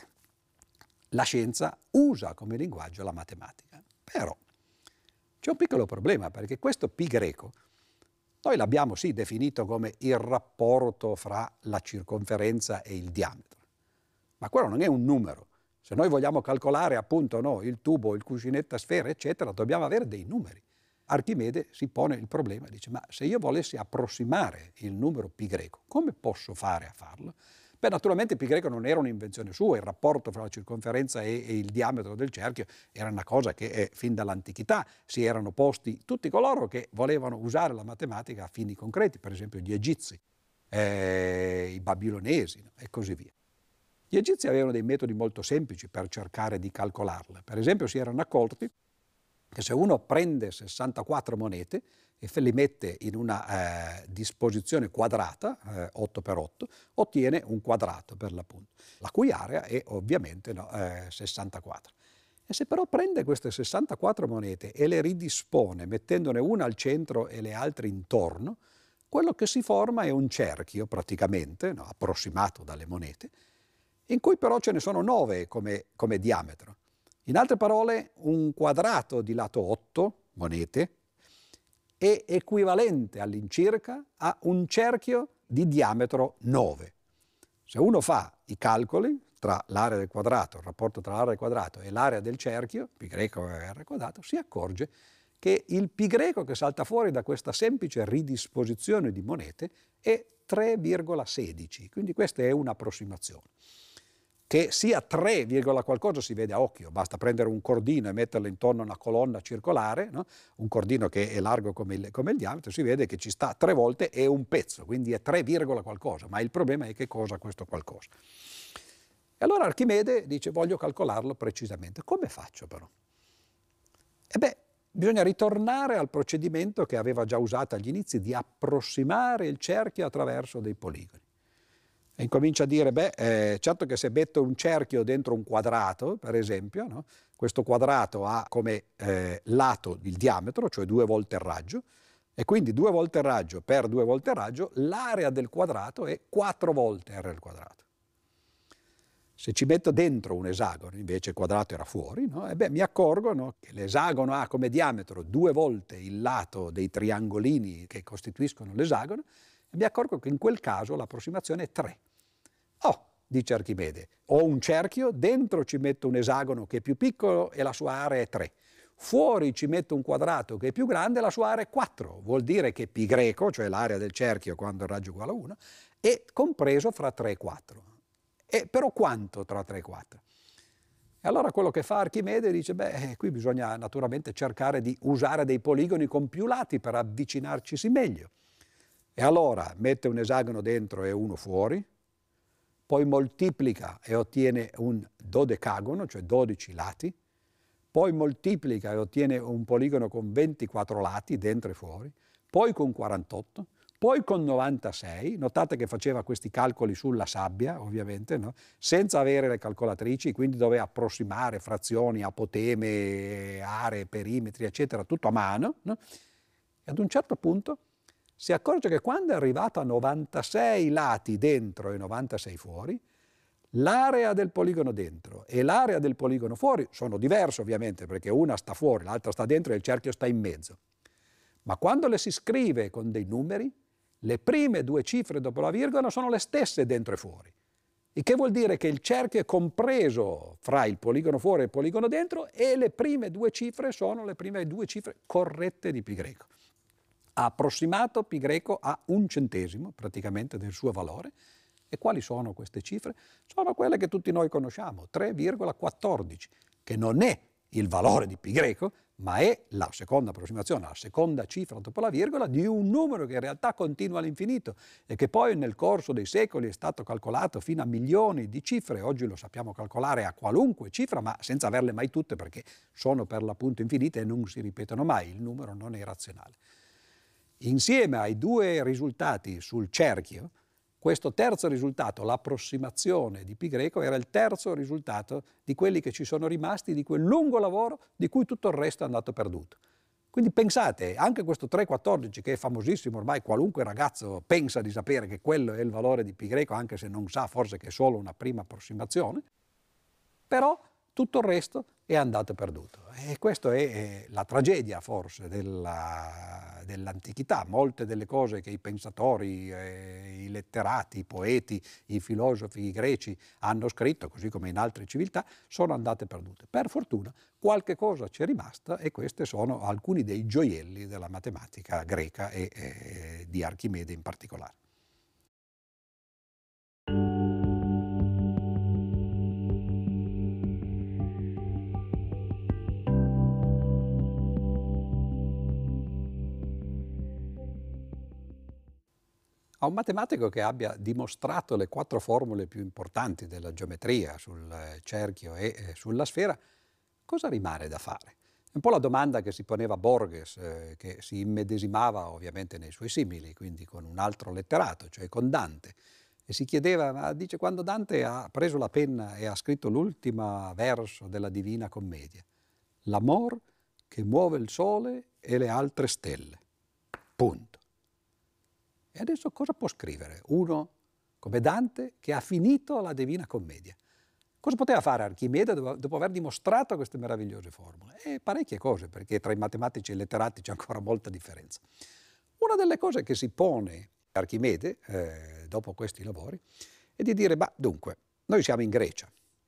la scienza usa come linguaggio la matematica. Però c'è un piccolo problema, perché questo pi greco noi l'abbiamo sì definito come il rapporto fra la circonferenza e il diametro, ma quello non è un numero. Se noi vogliamo calcolare appunto no, il tubo, il cuscinetto a sfera, eccetera, dobbiamo avere dei numeri. Archimede si pone il problema e dice: ma se io volessi approssimare il numero pi greco, come posso fare a farlo? Beh, naturalmente pi greco non era un'invenzione sua, il rapporto fra la circonferenza e, e il diametro del cerchio era una cosa che eh, fin dall'antichità si erano posti tutti coloro che volevano usare la matematica a fini concreti, per esempio gli egizi, eh, i babilonesi, no? E così via. Gli egizi avevano dei metodi molto semplici per cercare di calcolarle. Per esempio si erano accorti che se uno prende sessantaquattro monete e le mette in una eh, disposizione quadrata, eh, otto per otto, ottiene un quadrato per l'appunto, la cui area è ovviamente no, eh, sessantaquattro. E se però prende queste sessantaquattro monete e le ridispone mettendone una al centro e le altre intorno, quello che si forma è un cerchio praticamente, no, approssimato dalle monete, in cui però ce ne sono nove come, come diametro. In altre parole, un quadrato di lato otto monete è equivalente all'incirca a un cerchio di diametro nove. Se uno fa i calcoli tra l'area del quadrato, il rapporto tra l'area del quadrato e l'area del cerchio, pi greco e r quadrato, si accorge che il pi greco che salta fuori da questa semplice ridisposizione di monete è tre virgola sedici, quindi questa è un'approssimazione. Che sia tre, qualcosa si vede a occhio, basta prendere un cordino e metterlo intorno a una colonna circolare, no? Un cordino che è largo come il, come il diametro, si vede che ci sta tre volte e un pezzo, quindi è tre, qualcosa, ma il problema è che cosa questo qualcosa. E allora Archimede dice: voglio calcolarlo precisamente. Come faccio però? E beh, bisogna ritornare al procedimento che aveva già usato agli inizi di approssimare il cerchio attraverso dei poligoni. E incomincia a dire, beh, eh, certo che se metto un cerchio dentro un quadrato, per esempio, no? Questo quadrato ha come eh, lato il diametro, cioè due volte il raggio, e quindi due volte il raggio per due volte il raggio, l'area del quadrato è quattro volte r al quadrato. Se ci metto dentro un esagono, invece il quadrato era fuori, no? E beh, mi accorgo, no, che l'esagono ha come diametro due volte il lato dei triangolini che costituiscono l'esagono, e mi accorgo che in quel caso l'approssimazione è tre. Oh, dice Archimede, ho un cerchio, dentro ci metto un esagono che è più piccolo e la sua area è tre. Fuori ci metto un quadrato che è più grande e la sua area è quattro. Vuol dire che pi greco, cioè l'area del cerchio quando il raggio è uguale a uno, è compreso fra tre e quattro. E però quanto tra tre e quattro? E allora quello che fa Archimede dice, beh, qui bisogna naturalmente cercare di usare dei poligoni con più lati per avvicinarcisi meglio. E allora mette un esagono dentro e uno fuori, poi moltiplica e ottiene un dodecagono, cioè dodici lati, poi moltiplica e ottiene un poligono con ventiquattro lati, dentro e fuori, poi con quarantotto, Poi con novantasei, notate che faceva questi calcoli sulla sabbia, ovviamente, no? Senza avere le calcolatrici, quindi doveva approssimare frazioni, apoteme, aree, perimetri, eccetera, tutto a mano, no? E ad un certo punto si accorge che quando è arrivato a novantasei lati dentro e novantasei fuori, l'area del poligono dentro e l'area del poligono fuori sono diverse ovviamente, perché una sta fuori, l'altra sta dentro e il cerchio sta in mezzo. Ma quando le si scrive con dei numeri, le prime due cifre dopo la virgola sono le stesse dentro e fuori. Il che vuol dire che il cerchio è compreso fra il poligono fuori e il poligono dentro e le prime due cifre sono le prime due cifre corrette di pi greco. Ha approssimato pi greco a un centesimo praticamente del suo valore. E quali sono queste cifre? Sono quelle che tutti noi conosciamo, tre virgola quattordici, che non è il valore di pi greco, ma è la seconda approssimazione, la seconda cifra dopo la virgola di un numero che in realtà continua all'infinito e che poi nel corso dei secoli è stato calcolato fino a milioni di cifre. Oggi lo sappiamo calcolare a qualunque cifra, ma senza averle mai tutte perché sono per l'appunto infinite e non si ripetono mai, il numero non è razionale. Insieme ai due risultati sul cerchio, questo terzo risultato, l'approssimazione di pi greco, era il terzo risultato di quelli che ci sono rimasti di quel lungo lavoro di cui tutto il resto è andato perduto. Quindi pensate, anche questo tre quattordici che è famosissimo, ormai qualunque ragazzo pensa di sapere che quello è il valore di pi greco, anche se non sa forse che è solo una prima approssimazione, però tutto il resto è andato perduto. E questa è la tragedia forse della, dell'antichità. Molte delle cose che i pensatori, eh, i letterati, i poeti, i filosofi greci hanno scritto, così come in altre civiltà, sono andate perdute. Per fortuna qualche cosa ci è rimasta e questi sono alcuni dei gioielli della matematica greca e eh, di Archimede in particolare. A un matematico che abbia dimostrato le quattro formule più importanti della geometria sul cerchio e sulla sfera, cosa rimane da fare? È un po' la domanda che si poneva Borges, eh, che si immedesimava ovviamente nei suoi simili, quindi con un altro letterato, cioè con Dante. E si chiedeva, ma dice, quando Dante ha preso la penna e ha scritto l'ultimo verso della Divina Commedia, l'amor che muove il sole e le altre stelle. Punto. E adesso cosa può scrivere uno come Dante che ha finito la Divina Commedia? Cosa poteva fare Archimede dopo aver dimostrato queste meravigliose formule? E parecchie cose, perché tra i matematici e i letterati c'è ancora molta differenza. Una delle cose che si pone Archimede, eh, dopo questi lavori, è di dire, ma dunque, noi siamo in Grecia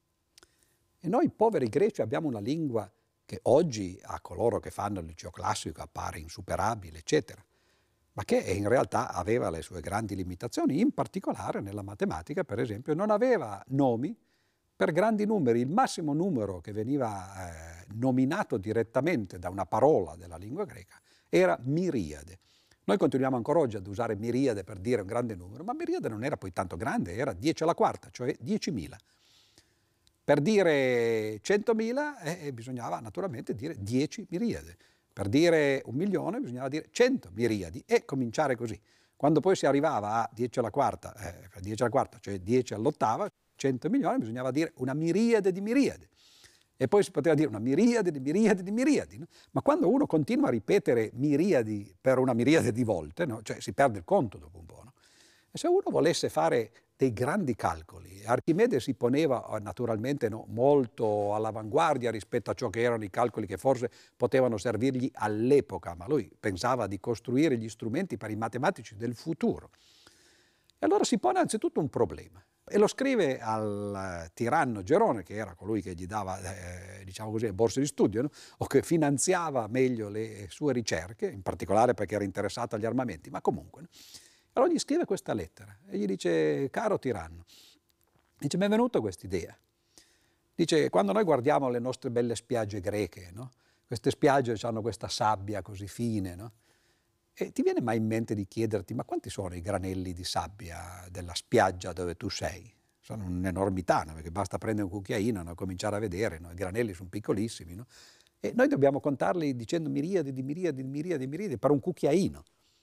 e noi poveri greci abbiamo una lingua che oggi a coloro che fanno il liceo classico appare insuperabile, eccetera, ma che in realtà aveva le sue grandi limitazioni, in particolare nella matematica, per esempio, non aveva nomi per grandi numeri. Il massimo numero che veniva eh, nominato direttamente da una parola della lingua greca era miriade. Noi continuiamo ancora oggi ad usare miriade per dire un grande numero, ma miriade non era poi tanto grande, era dieci alla quarta, cioè diecimila. Per dire centomila eh, bisognava naturalmente dire dieci miriade. Per dire un milione bisognava dire cento miriadi e cominciare così. Quando poi si arrivava a dieci alla quarta, eh, dieci alla quarta, cioè dieci all'ottava, cento milioni, bisognava dire una miriade di miriade. E poi si poteva dire una miriade di miriade di miriadi. No? Ma quando uno continua a ripetere miriadi per una miriade di volte, no? Cioè si perde il conto dopo un po'. No? E se uno volesse fare dei grandi calcoli, Archimede si poneva naturalmente no, molto all'avanguardia rispetto a ciò che erano i calcoli che forse potevano servirgli all'epoca, ma lui pensava di costruire gli strumenti per i matematici del futuro. E allora si pone anzitutto un problema e lo scrive al tiranno Gerone, che era colui che gli dava eh, diciamo così, borse di studio, no? O che finanziava meglio le sue ricerche, in particolare perché era interessato agli armamenti, ma comunque. No? Allora gli scrive questa lettera e gli dice, caro tiranno, dice, mi è venuta questa idea. Dice, quando noi guardiamo le nostre belle spiagge greche, no? Queste spiagge hanno questa sabbia così fine, no? E ti viene mai in mente di chiederti, ma quanti sono i granelli di sabbia della spiaggia dove tu sei? Sono un'enormità, no? Perché basta prendere un cucchiaino, no? Cominciare a vedere, no? I granelli sono piccolissimi, no? E noi dobbiamo contarli dicendo miriadi di miriadi di miriadi di miriadi per un cucchiaino.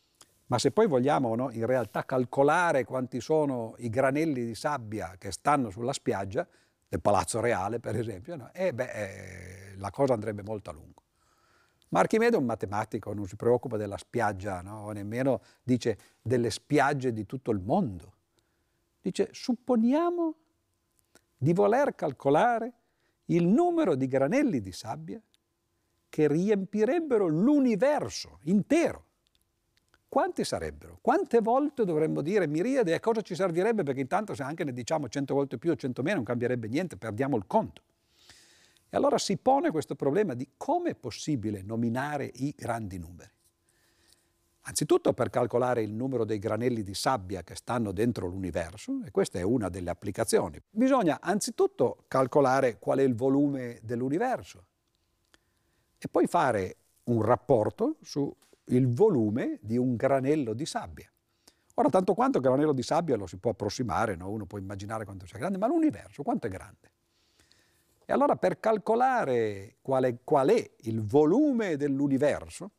Ma se poi vogliamo, no, in realtà calcolare quanti sono i granelli di sabbia che stanno sulla spiaggia del Palazzo Reale, per esempio, no, eh beh, eh, la cosa andrebbe molto a lungo. Ma Archimede è un matematico, non si preoccupa della spiaggia, no, o nemmeno dice delle spiagge di tutto il mondo. Dice, supponiamo di voler calcolare il numero di granelli di sabbia che riempirebbero l'universo intero. Quanti sarebbero? Quante volte dovremmo dire miriade? E cosa ci servirebbe? Perché intanto se anche ne diciamo cento volte più o cento meno non cambierebbe niente, perdiamo il conto. E allora si pone questo problema di come è possibile nominare i grandi numeri. Anzitutto per calcolare il numero dei granelli di sabbia che stanno dentro l'universo, e questa è una delle applicazioni, bisogna anzitutto calcolare qual è il volume dell'universo e poi fare un rapporto sul volume di un granello di sabbia. Ora, tanto quanto granello di sabbia lo si può approssimare, no? Uno può immaginare quanto sia grande, ma l'universo quanto è grande? E allora per calcolare qual è, qual è il volume dell'universo,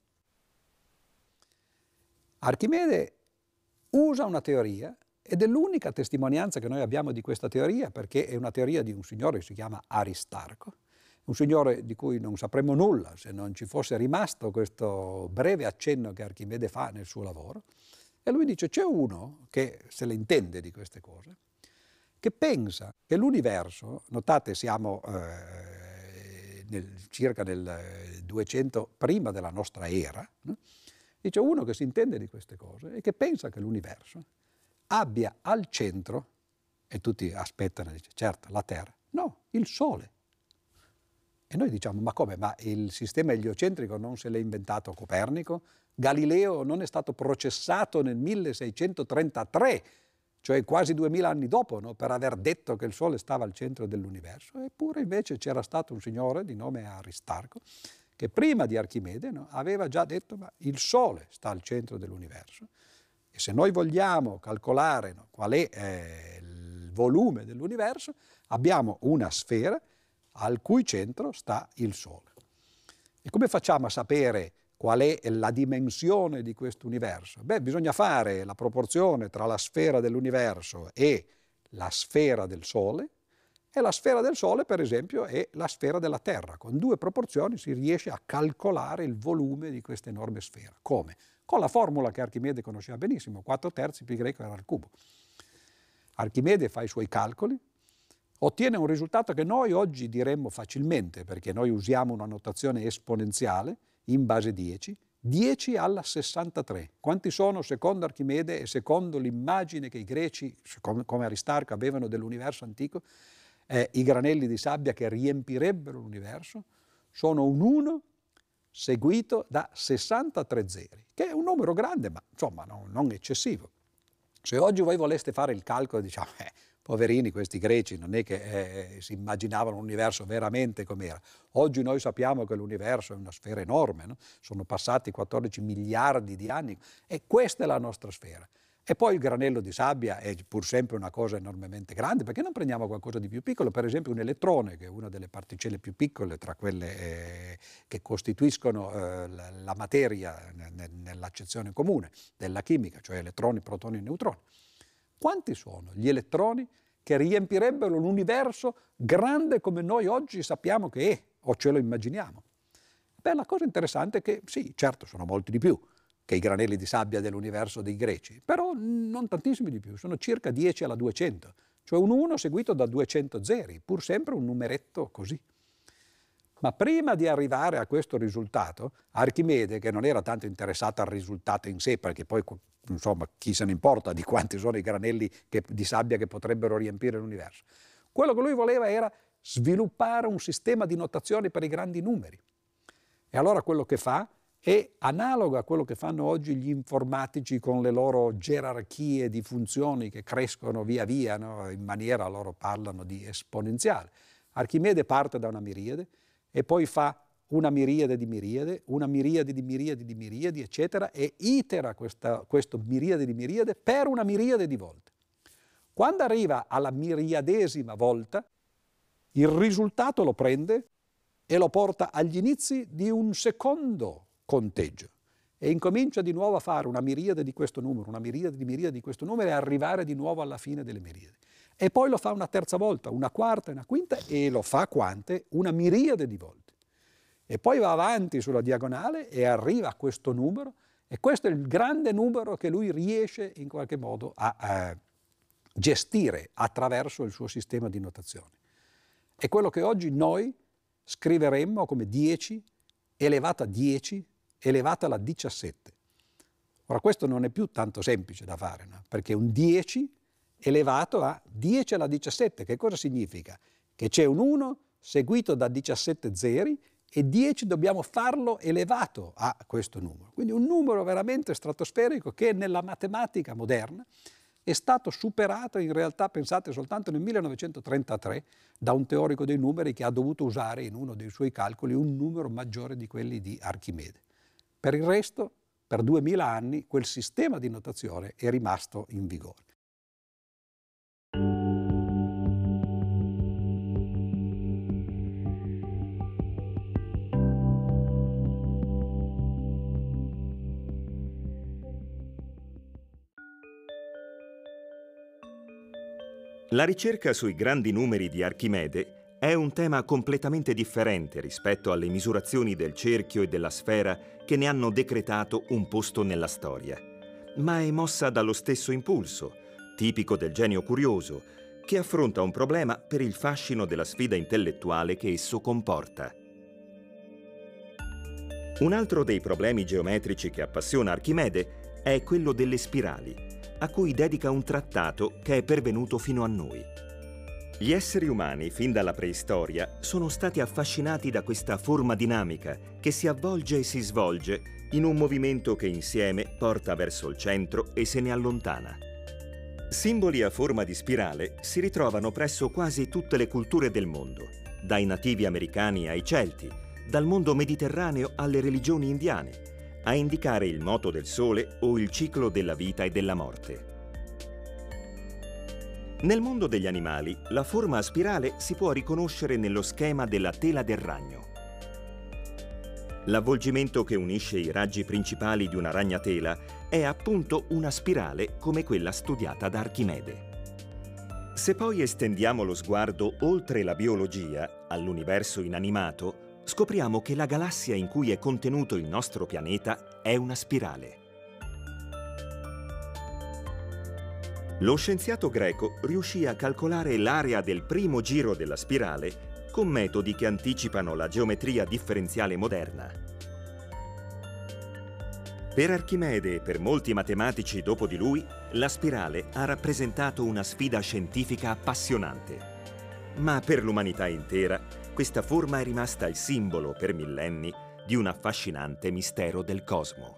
Archimede usa una teoria ed è l'unica testimonianza che noi abbiamo di questa teoria, perché è una teoria di un signore che si chiama Aristarco, un signore di cui non sapremmo nulla se non ci fosse rimasto questo breve accenno che Archimede fa nel suo lavoro. E lui dice, c'è uno che se le intende di queste cose, che pensa che l'universo, notate siamo eh, nel, circa nel duecento prima della nostra era, no? Dice uno che si intende di queste cose e che pensa che l'universo abbia al centro, e tutti aspettano, dice certo, la Terra, no, il Sole. E noi diciamo, ma come? Ma il sistema eliocentrico non se l'è inventato Copernico? Galileo non è stato processato nel milleseicentotrentatré, cioè quasi duemila anni dopo, no? Per aver detto che il Sole stava al centro dell'universo? Eppure invece c'era stato un signore di nome Aristarco che prima di Archimede, no, aveva già detto ma il Sole sta al centro dell'universo e se noi vogliamo calcolare, no, qual è eh, il volume dell'universo, abbiamo una sfera al cui centro sta il Sole. E come facciamo a sapere qual è la dimensione di questo universo? Beh, bisogna fare la proporzione tra la sfera dell'universo e la sfera del Sole, e la sfera del Sole, per esempio, è la sfera della Terra. Con due proporzioni si riesce a calcolare il volume di questa enorme sfera. Come? Con la formula che Archimede conosceva benissimo, quattro terzi pi greco era al cubo. Archimede fa i suoi calcoli, ottiene un risultato che noi oggi diremmo facilmente, perché noi usiamo una notazione esponenziale in base dieci, dieci alla sessantatré. Quanti sono, secondo Archimede e secondo l'immagine che i greci, come Aristarco, avevano dell'universo antico, Eh, i granelli di sabbia che riempirebbero l'universo? Sono un uno seguito da sessantatré zeri, che è un numero grande, ma insomma no, non eccessivo. Se oggi voi voleste fare il calcolo, diciamo, eh, poverini questi greci, non è che eh, si immaginavano l'universo veramente com'era. Oggi noi sappiamo che l'universo è una sfera enorme, no? Sono passati quattordici miliardi di anni e questa è la nostra sfera. E poi il granello di sabbia è pur sempre una cosa enormemente grande, perché non prendiamo qualcosa di più piccolo, per esempio un elettrone, che è una delle particelle più piccole tra quelle eh, che costituiscono eh, la, la materia nell'accezione comune della chimica, cioè elettroni, protoni e neutroni. Quanti sono gli elettroni che riempirebbero l'universo grande come noi oggi sappiamo che è, o ce lo immaginiamo? Beh, la cosa interessante è che sì, certo, sono molti di più che i granelli di sabbia dell'universo dei greci, però non tantissimi di più, sono circa dieci alla duecento, cioè un uno seguito da duecento zeri, pur sempre un numeretto così. Ma prima di arrivare a questo risultato, Archimede, che non era tanto interessato al risultato in sé, perché poi insomma chi se ne importa di quanti sono i granelli che, di sabbia che potrebbero riempire l'universo, quello che lui voleva era sviluppare un sistema di notazioni per i grandi numeri. E allora quello che fa è analogo a quello che fanno oggi gli informatici con le loro gerarchie di funzioni che crescono via via, no? In maniera, loro parlano di esponenziale. Archimede parte da una miriade e poi fa una miriade di miriade, una miriade di miriadi di miriadi, eccetera, e itera questa, questo miriade di miriade per una miriade di volte. Quando arriva alla miriadesima volta, il risultato lo prende e lo porta agli inizi di un secondo conteggio. e incomincia di nuovo a fare una miriade di questo numero, una miriade di miriade di questo numero e arrivare di nuovo alla fine delle miriadi. E poi lo fa una terza volta, una quarta, una quinta e lo fa quante? Una miriade di volte. E poi va avanti sulla diagonale e arriva a questo numero, e questo è il grande numero che lui riesce in qualche modo a, a gestire attraverso il suo sistema di notazione. È quello che oggi noi scriveremmo come dieci elevata a dieci elevata alla diciassette. Ora questo non è più tanto semplice da fare, no? Perché un dieci elevato a dieci alla diciassette, che cosa significa? Che c'è un uno seguito da diciassette zeri e dieci dobbiamo farlo elevato a questo numero. Quindi un numero veramente stratosferico che nella matematica moderna è stato superato in realtà, pensate, soltanto nel millenovecentotrentatré da un teorico dei numeri che ha dovuto usare in uno dei suoi calcoli un numero maggiore di quelli di Archimede. Per il resto, per duemila anni, quel sistema di notazione è rimasto in vigore. La ricerca sui grandi numeri di Archimede è un tema completamente differente rispetto alle misurazioni del cerchio e della sfera che ne hanno decretato un posto nella storia, ma è mossa dallo stesso impulso, tipico del genio curioso, che affronta un problema per il fascino della sfida intellettuale che esso comporta. Un altro dei problemi geometrici che appassiona Archimede è quello delle spirali, a cui dedica un trattato che è pervenuto fino a noi. Gli esseri umani, fin dalla preistoria, sono stati affascinati da questa forma dinamica che si avvolge e si svolge in un movimento che insieme porta verso il centro e se ne allontana. Simboli a forma di spirale si ritrovano presso quasi tutte le culture del mondo, dai nativi americani ai Celti, dal mondo mediterraneo alle religioni indiane, a indicare il moto del sole o il ciclo della vita e della morte. Nel mondo degli animali, la forma a spirale si può riconoscere nello schema della tela del ragno. L'avvolgimento che unisce i raggi principali di una ragnatela è appunto una spirale come quella studiata da Archimede. Se poi estendiamo lo sguardo oltre la biologia, all'universo inanimato, scopriamo che la galassia in cui è contenuto il nostro pianeta è una spirale. Lo scienziato greco riuscì a calcolare l'area del primo giro della spirale con metodi che anticipano la geometria differenziale moderna. Per Archimede e per molti matematici dopo di lui, la spirale ha rappresentato una sfida scientifica appassionante. Ma per l'umanità intera, questa forma è rimasta il simbolo per millenni di un affascinante mistero del cosmo.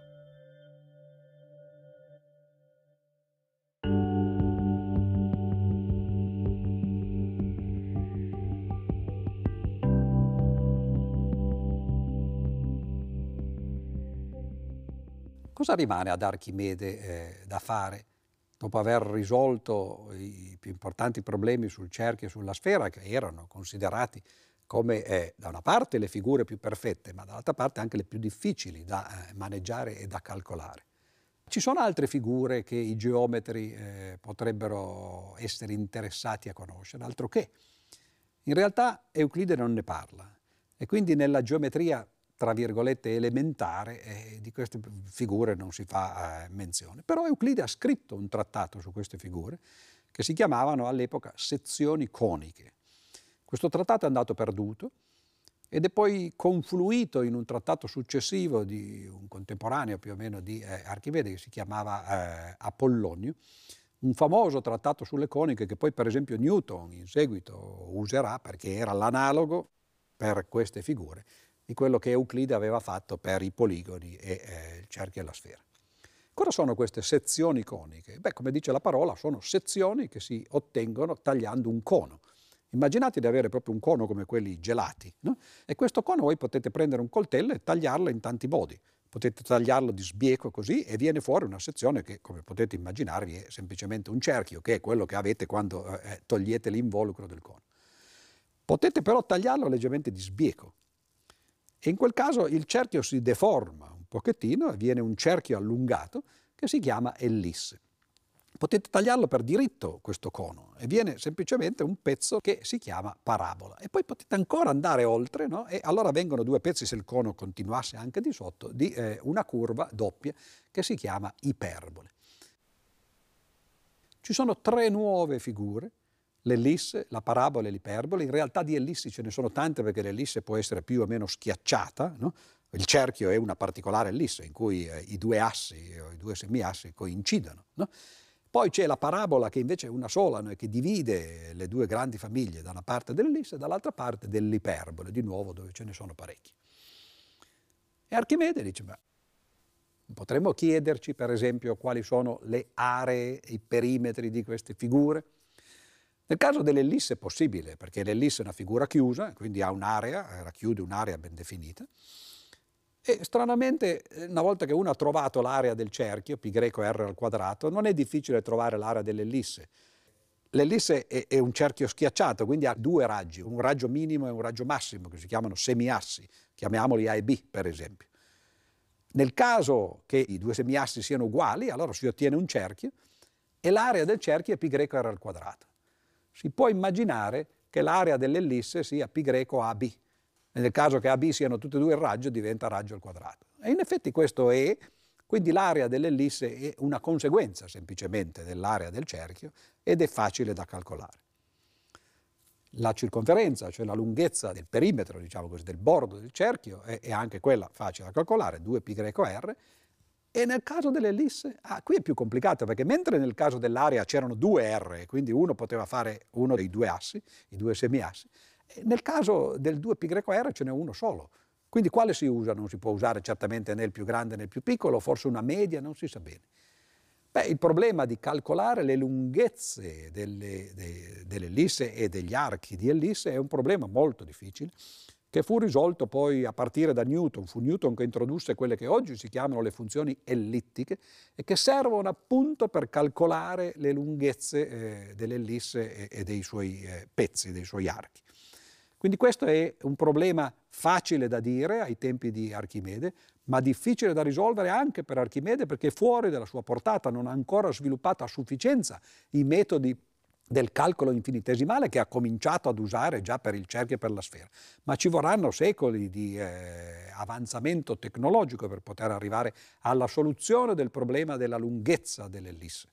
Cosa rimane ad Archimede eh, da fare dopo aver risolto i più importanti problemi sul cerchio e sulla sfera, che erano considerati come eh, da una parte le figure più perfette, ma dall'altra parte anche le più difficili da eh, maneggiare e da calcolare? Ci sono altre figure che i geometri eh, potrebbero essere interessati a conoscere, altro che. In realtà Euclide non ne parla e quindi nella geometria tra virgolette elementare eh, di queste figure non si fa eh, menzione. Però Euclide ha scritto un trattato su queste figure che si chiamavano all'epoca sezioni coniche. Questo trattato è andato perduto ed è poi confluito in un trattato successivo di un contemporaneo più o meno di eh, Archimede che si chiamava eh, Apollonio, un famoso trattato sulle coniche che poi per esempio Newton in seguito userà perché era l'analogo per queste figure di quello che Euclide aveva fatto per i poligoni e eh, il cerchio e la sfera. Cosa sono queste sezioni coniche? Beh, come dice la parola, sono sezioni che si ottengono tagliando un cono. Immaginate di avere proprio un cono come quelli gelati, no? E questo cono voi potete prendere un coltello e tagliarlo in tanti modi. Potete tagliarlo di sbieco così e viene fuori una sezione che, come potete immaginarvi, è semplicemente un cerchio, che è quello che avete quando eh, togliete l'involucro del cono. Potete però tagliarlo leggermente di sbieco. E in quel caso il cerchio si deforma un pochettino e viene un cerchio allungato che si chiama ellisse. Potete tagliarlo per diritto questo cono e viene semplicemente un pezzo che si chiama parabola. E poi potete ancora andare oltre, no? E allora vengono due pezzi, se il cono continuasse anche di sotto, di eh, una curva doppia che si chiama iperbole. Ci sono tre nuove figure, l'ellisse, la parabola e l'iperbole. In realtà di ellissi ce ne sono tante perché l'ellisse può essere più o meno schiacciata, no? Il cerchio è una particolare ellisse in cui eh, i due assi o i due semiassi coincidono, no? Poi c'è la parabola che invece è una sola, no? Che divide le due grandi famiglie da una parte dell'ellisse e dall'altra parte dell'iperbole, di nuovo dove ce ne sono parecchi. E Archimede dice, ma potremmo chiederci per esempio quali sono le aree, i perimetri di queste figure? Nel caso dell'ellisse è possibile, perché l'ellisse è una figura chiusa, quindi ha un'area, racchiude un'area ben definita. E stranamente, una volta che uno ha trovato l'area del cerchio, π greco r al quadrato, non è difficile trovare l'area dell'ellisse. L'ellisse è, è un cerchio schiacciato, quindi ha due raggi, un raggio minimo e un raggio massimo, che si chiamano semiassi, chiamiamoli A e B per esempio. Nel caso che i due semiassi siano uguali, allora si ottiene un cerchio e l'area del cerchio è π greco r al quadrato. Si può immaginare che l'area dell'ellisse sia π greco A B. Nel caso che A B siano tutti e due il raggio, diventa raggio al quadrato. E in effetti questo è, quindi l'area dell'ellisse è una conseguenza semplicemente dell'area del cerchio ed è facile da calcolare. La circonferenza, cioè la lunghezza del perimetro, diciamo così, del bordo del cerchio, è, è anche quella facile da calcolare, due π greco r. E nel caso dell'ellisse, ah, qui è più complicato, perché mentre nel caso dell'area c'erano due r, quindi uno poteva fare uno dei due assi, i due semiassi, nel caso del due π greco r ce n'è uno solo. Quindi quale si usa? Non si può usare certamente né il più grande né il più piccolo, forse una media, non si sa bene. Beh, il problema di calcolare le lunghezze delle, de, dell'ellisse e degli archi di ellisse è un problema molto difficile, che fu risolto poi a partire da Newton. Fu Newton che introdusse quelle che oggi si chiamano le funzioni ellittiche e che servono appunto per calcolare le lunghezze eh, dell'ellisse e, e dei suoi eh, pezzi, dei suoi archi. Quindi questo è un problema facile da dire ai tempi di Archimede, ma difficile da risolvere anche per Archimede perché è fuori della sua portata, non ha ancora sviluppato a sufficienza i metodi del calcolo infinitesimale che ha cominciato ad usare già per il cerchio e per la sfera. Ma ci vorranno secoli di eh, avanzamento tecnologico per poter arrivare alla soluzione del problema della lunghezza dell'ellisse.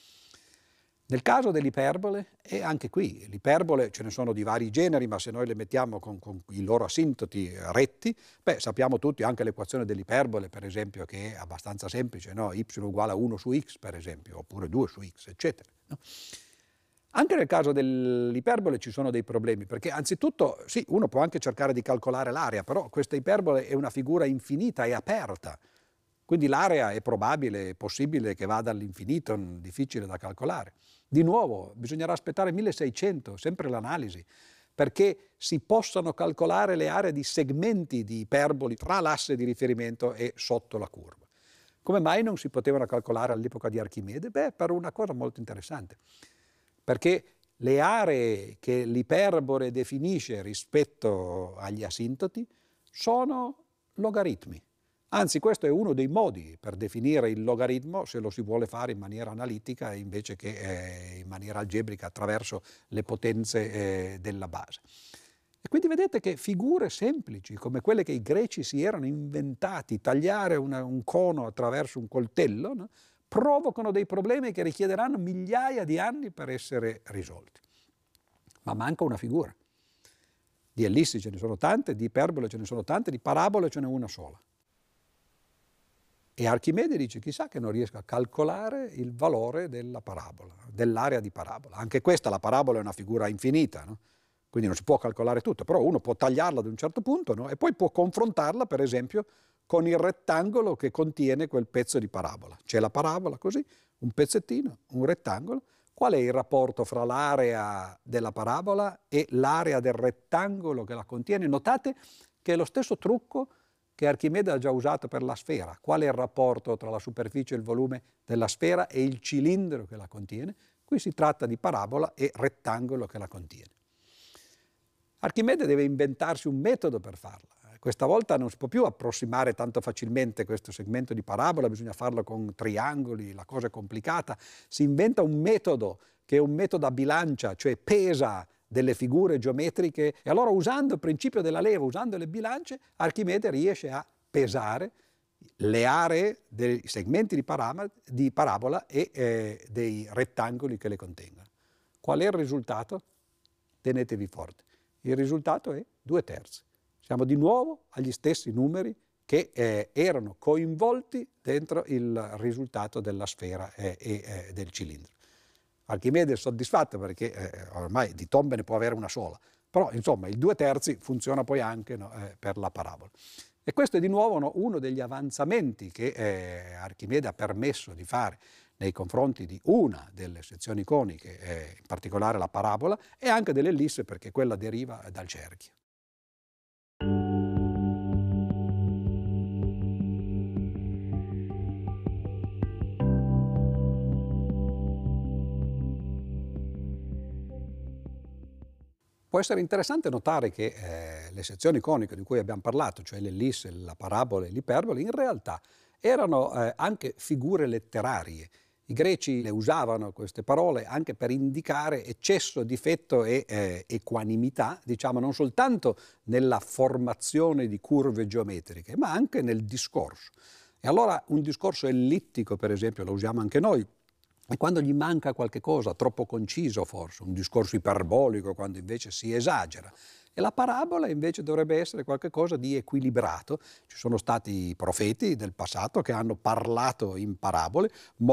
Nel caso dell'iperbole, e anche qui, l'iperbole ce ne sono di vari generi, ma se noi le mettiamo con, con i loro asintoti retti, beh, sappiamo tutti anche l'equazione dell'iperbole, per esempio, che è abbastanza semplice, no? Y uguale a uno su x, per esempio, oppure due su x, eccetera. No? Anche nel caso dell'iperbole ci sono dei problemi, perché anzitutto, sì, uno può anche cercare di calcolare l'area, però questa iperbole è una figura infinita e aperta, quindi l'area è probabile, è possibile che vada all'infinito, difficile da calcolare. Di nuovo, bisognerà aspettare milleseicento, sempre l'analisi, perché si possano calcolare le aree di segmenti di iperboli tra l'asse di riferimento e sotto la curva. Come mai non si potevano calcolare all'epoca di Archimede? Beh, per una cosa molto interessante, perché le aree che l'iperbole definisce rispetto agli asintoti sono logaritmi. Anzi, questo è uno dei modi per definire il logaritmo se lo si vuole fare in maniera analitica invece che eh, in maniera algebrica attraverso le potenze eh, della base. E quindi vedete che figure semplici come quelle che i greci si erano inventati, tagliare una, un cono attraverso un coltello, no? Provocano dei problemi che richiederanno migliaia di anni per essere risolti. Ma manca una figura. Di ellissi ce ne sono tante, di iperbole ce ne sono tante, di parabole ce n'è una sola. E Archimede dice, chissà che non riesco a calcolare il valore della parabola, dell'area di parabola. Anche questa, la parabola è una figura infinita, no? Quindi non si può calcolare tutto, però uno può tagliarla ad un certo punto, no? E poi può confrontarla, per esempio, con il rettangolo che contiene quel pezzo di parabola. C'è la parabola così, un pezzettino, un rettangolo. Qual è il rapporto fra l'area della parabola e l'area del rettangolo che la contiene? Notate che è lo stesso trucco che Archimede ha già usato per la sfera. Qual è il rapporto tra la superficie e il volume della sfera e il cilindro che la contiene? Qui si tratta di parabola e rettangolo che la contiene. Archimede deve inventarsi un metodo per farla. questa volta non si può più approssimare tanto facilmente questo segmento di parabola, bisogna farlo con triangoli, la cosa è complicata. Si inventa un metodo che è un metodo a bilancia, cioè pesa delle figure geometriche, e allora usando il principio della leva, usando le bilance, Archimede riesce a pesare le aree dei segmenti di, di parabola e eh, dei rettangoli che le contengono. Qual è il risultato? Tenetevi forte. Il risultato è due terzi. Siamo di nuovo agli stessi numeri che eh, erano coinvolti dentro il risultato della sfera eh, e eh, del cilindro. Archimede è soddisfatto perché eh, ormai di tombe ne può avere una sola, però insomma il due terzi funziona poi anche, no, eh, per la parabola. E questo è di nuovo, no, uno degli avanzamenti che eh, Archimede ha permesso di fare nei confronti di una delle sezioni coniche, eh, in particolare la parabola, e anche dell'ellisse, perché quella deriva dal cerchio. Può essere interessante notare che eh, le sezioni coniche di cui abbiamo parlato, cioè l'ellisse, la parabola e l'iperbole, in realtà erano eh, anche figure letterarie. I greci le usavano queste parole anche per indicare eccesso, difetto e eh, equanimità, diciamo, non soltanto nella formazione di curve geometriche, ma anche nel discorso. E allora un discorso ellittico, per esempio, lo usiamo anche noi. E quando gli manca qualche cosa, troppo conciso forse, un discorso iperbolico quando invece si esagera. E la parabola invece dovrebbe essere qualcosa di equilibrato. Ci sono stati profeti del passato che hanno parlato in parabole,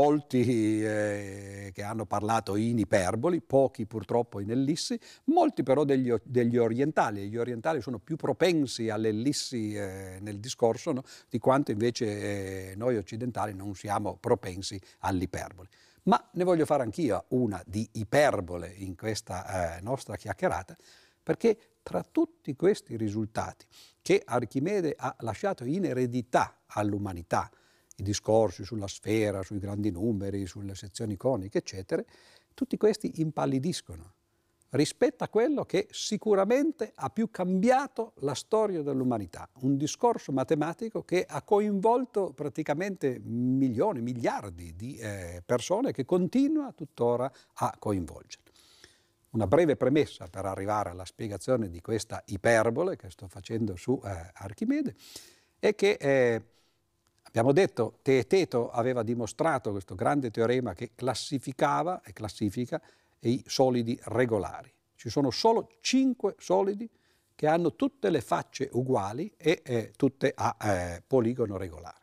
molti eh, che hanno parlato in iperboli, pochi purtroppo in ellissi, molti però degli, degli orientali. Gli orientali sono più propensi alle ellissi eh, nel discorso, no? Di quanto invece eh, noi occidentali non siamo propensi all'iperboli. Ma ne voglio fare anch'io una di iperbole in questa eh, nostra chiacchierata, perché tra tutti questi risultati che Archimede ha lasciato in eredità all'umanità, i discorsi sulla sfera, sui grandi numeri, sulle sezioni coniche, eccetera, tutti questi impallidiscono rispetto a quello che sicuramente ha più cambiato la storia dell'umanità, un discorso matematico che ha coinvolto praticamente milioni, miliardi di eh, persone, che continua tuttora a coinvolgere. Una breve premessa per arrivare alla spiegazione di questa iperbole che sto facendo su eh, Archimede è che eh, abbiamo detto Teeteto aveva dimostrato questo grande teorema che classificava e classifica i solidi regolari. Ci sono solo cinque solidi che hanno tutte le facce uguali e eh, tutte a eh, poligono regolare.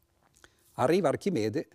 Arriva Archimede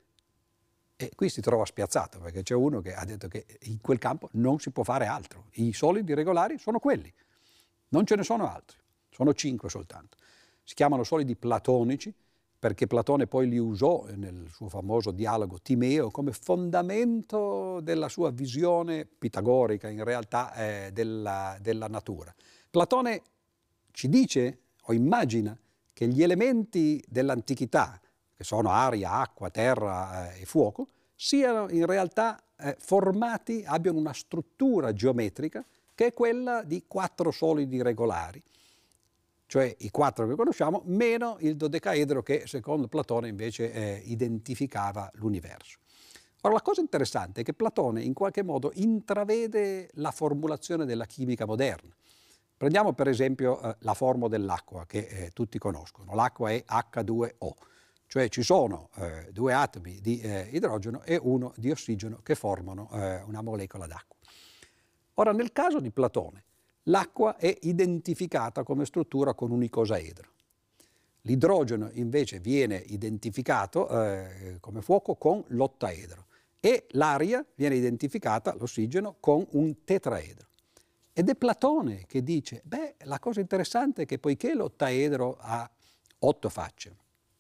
e qui si trova spiazzato, perché c'è uno che ha detto che in quel campo non si può fare altro. I solidi regolari sono quelli, non ce ne sono altri, sono cinque soltanto. Si chiamano solidi platonici, perché Platone poi li usò nel suo famoso dialogo Timeo come fondamento della sua visione pitagorica, in realtà, eh, della, della natura. Platone ci dice o immagina che gli elementi dell'antichità, che sono aria, acqua, terra eh, e fuoco, siano in realtà eh, formati, abbiano una struttura geometrica che è quella di quattro solidi regolari, cioè i quattro che conosciamo, meno il dodecaedro che secondo Platone invece eh, identificava l'universo. Ora la cosa interessante è che Platone in qualche modo intravede la formulazione della chimica moderna. Prendiamo per esempio eh, la formula dell'acqua che eh, tutti conoscono. L'acqua è acca due o, cioè ci sono eh, due atomi di eh, idrogeno e uno di ossigeno che formano eh, una molecola d'acqua. Ora nel caso di Platone, l'acqua è identificata come struttura con un icosaedro. L'idrogeno invece viene identificato eh, come fuoco con l'ottaedro e l'aria viene identificata, l'ossigeno, con un tetraedro. Ed è Platone che dice, beh, la cosa interessante è che poiché l'ottaedro ha otto facce,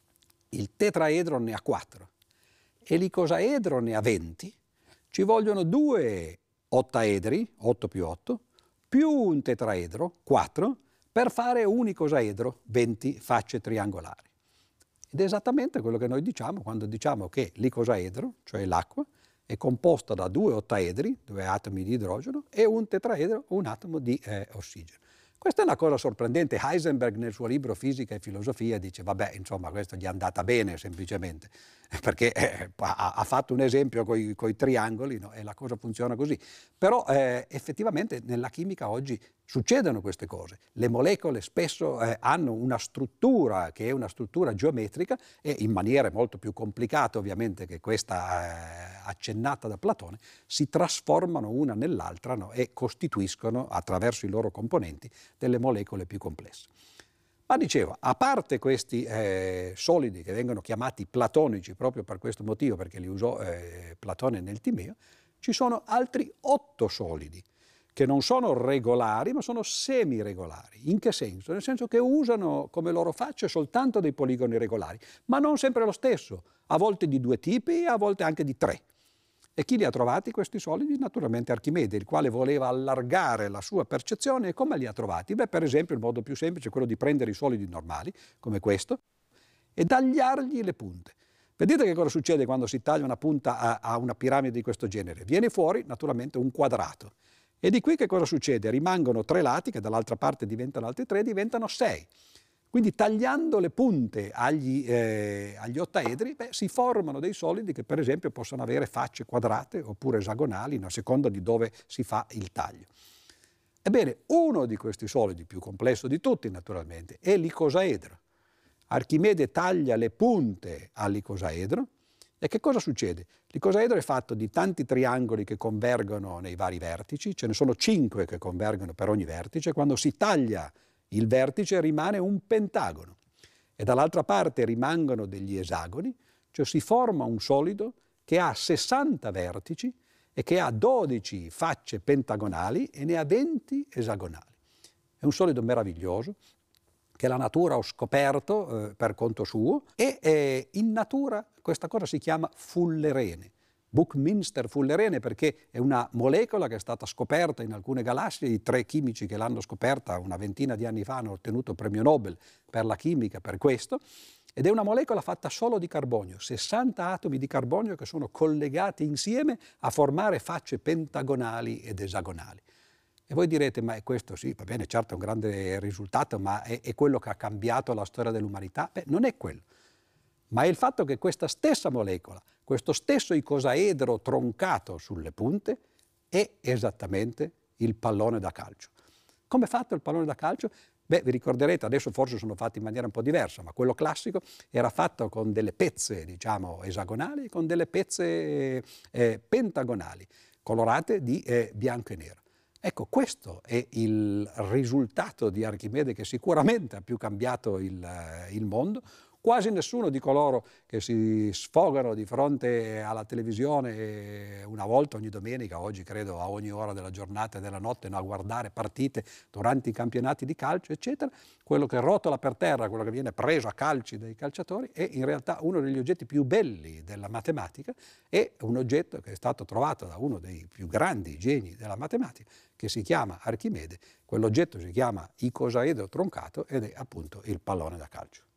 il tetraedro ne ha quattro e l'icosaedro ne ha venti, ci vogliono due ottaedri, otto più otto, più un tetraedro, quattro, per fare un icosaedro, venti facce triangolari. Ed è esattamente quello che noi diciamo quando diciamo che l'icosaedro, cioè l'acqua, è composta da due ottaedri, due atomi di idrogeno, e un tetraedro, un atomo di eh, ossigeno. Questa è una cosa sorprendente. Heisenberg nel suo libro Fisica e Filosofia dice vabbè, insomma, questo gli è andata bene semplicemente, perché eh, ha, ha fatto un esempio con i triangoli, no? E la cosa funziona così. Però eh, effettivamente nella chimica oggi succedono queste cose. Le molecole spesso eh, hanno una struttura che è una struttura geometrica e in maniere molto più complicate ovviamente che questa eh, accennata da Platone, si trasformano una nell'altra, no? E costituiscono attraverso i loro componenti delle molecole più complesse. Ma dicevo, a parte questi eh, solidi che vengono chiamati platonici proprio per questo motivo, perché li usò eh, Platone nel Timeo, ci sono altri otto solidi che non sono regolari ma sono semiregolari. In che senso? Nel senso che usano come loro facce soltanto dei poligoni regolari, ma non sempre lo stesso, a volte di due tipi e a volte anche di tre. E chi li ha trovati questi solidi? Naturalmente Archimede, il quale voleva allargare la sua percezione. E come li ha trovati? Beh, per esempio, il modo più semplice è quello di prendere i solidi normali, come questo, e tagliargli le punte. Vedete che cosa succede quando si taglia una punta a, a una piramide di questo genere? Viene fuori, naturalmente, un quadrato. E di qui che cosa succede? Rimangono tre lati, che dall'altra parte diventano altri tre, diventano sei. Quindi tagliando le punte agli, eh, agli ottaedri beh, si formano dei solidi che per esempio possono avere facce quadrate oppure esagonali a seconda di dove si fa il taglio. Ebbene, uno di questi solidi, più complesso di tutti naturalmente, è l'icosaedro. Archimede taglia le punte all'icosaedro e che cosa succede? L'icosaedro è fatto di tanti triangoli che convergono nei vari vertici, ce ne sono cinque che convergono per ogni vertice. Quando si taglia il vertice rimane un pentagono e dall'altra parte rimangono degli esagoni, cioè si forma un solido che ha sessanta vertici e che ha dodici facce pentagonali e ne ha venti esagonali. È un solido meraviglioso che la natura ha scoperto eh, per conto suo e eh, in natura questa cosa si chiama fullerene. Buckminster fullerene perché è una molecola che è stata scoperta in alcune galassie. I tre chimici che l'hanno scoperta una ventina di anni fa hanno ottenuto il premio Nobel per la chimica per questo, ed è una molecola fatta solo di carbonio, sessanta atomi di carbonio che sono collegati insieme a formare facce pentagonali ed esagonali. E voi direte, ma è questo sì, va bene, certo è un grande risultato, ma è, è quello che ha cambiato la storia dell'umanità? Beh, non è quello. Ma è il fatto che questa stessa molecola, questo stesso icosaedro troncato sulle punte, è esattamente il pallone da calcio. Come è fatto il pallone da calcio? Beh, vi ricorderete, adesso forse sono fatti in maniera un po' diversa, ma quello classico era fatto con delle pezze, diciamo, esagonali e con delle pezze eh, pentagonali, colorate di eh, bianco e nero. Ecco, questo è il risultato di Archimede che sicuramente ha più cambiato il, il mondo. Quasi nessuno di coloro che si sfogano di fronte alla televisione una volta ogni domenica, oggi credo a ogni ora della giornata e della notte, no, a guardare partite durante i campionati di calcio, eccetera, quello che rotola per terra, quello che viene preso a calci dai calciatori, è in realtà uno degli oggetti più belli della matematica, è un oggetto che è stato trovato da uno dei più grandi geni della matematica, che si chiama Archimede. Quell'oggetto si chiama icosaedro troncato ed è appunto il pallone da calcio.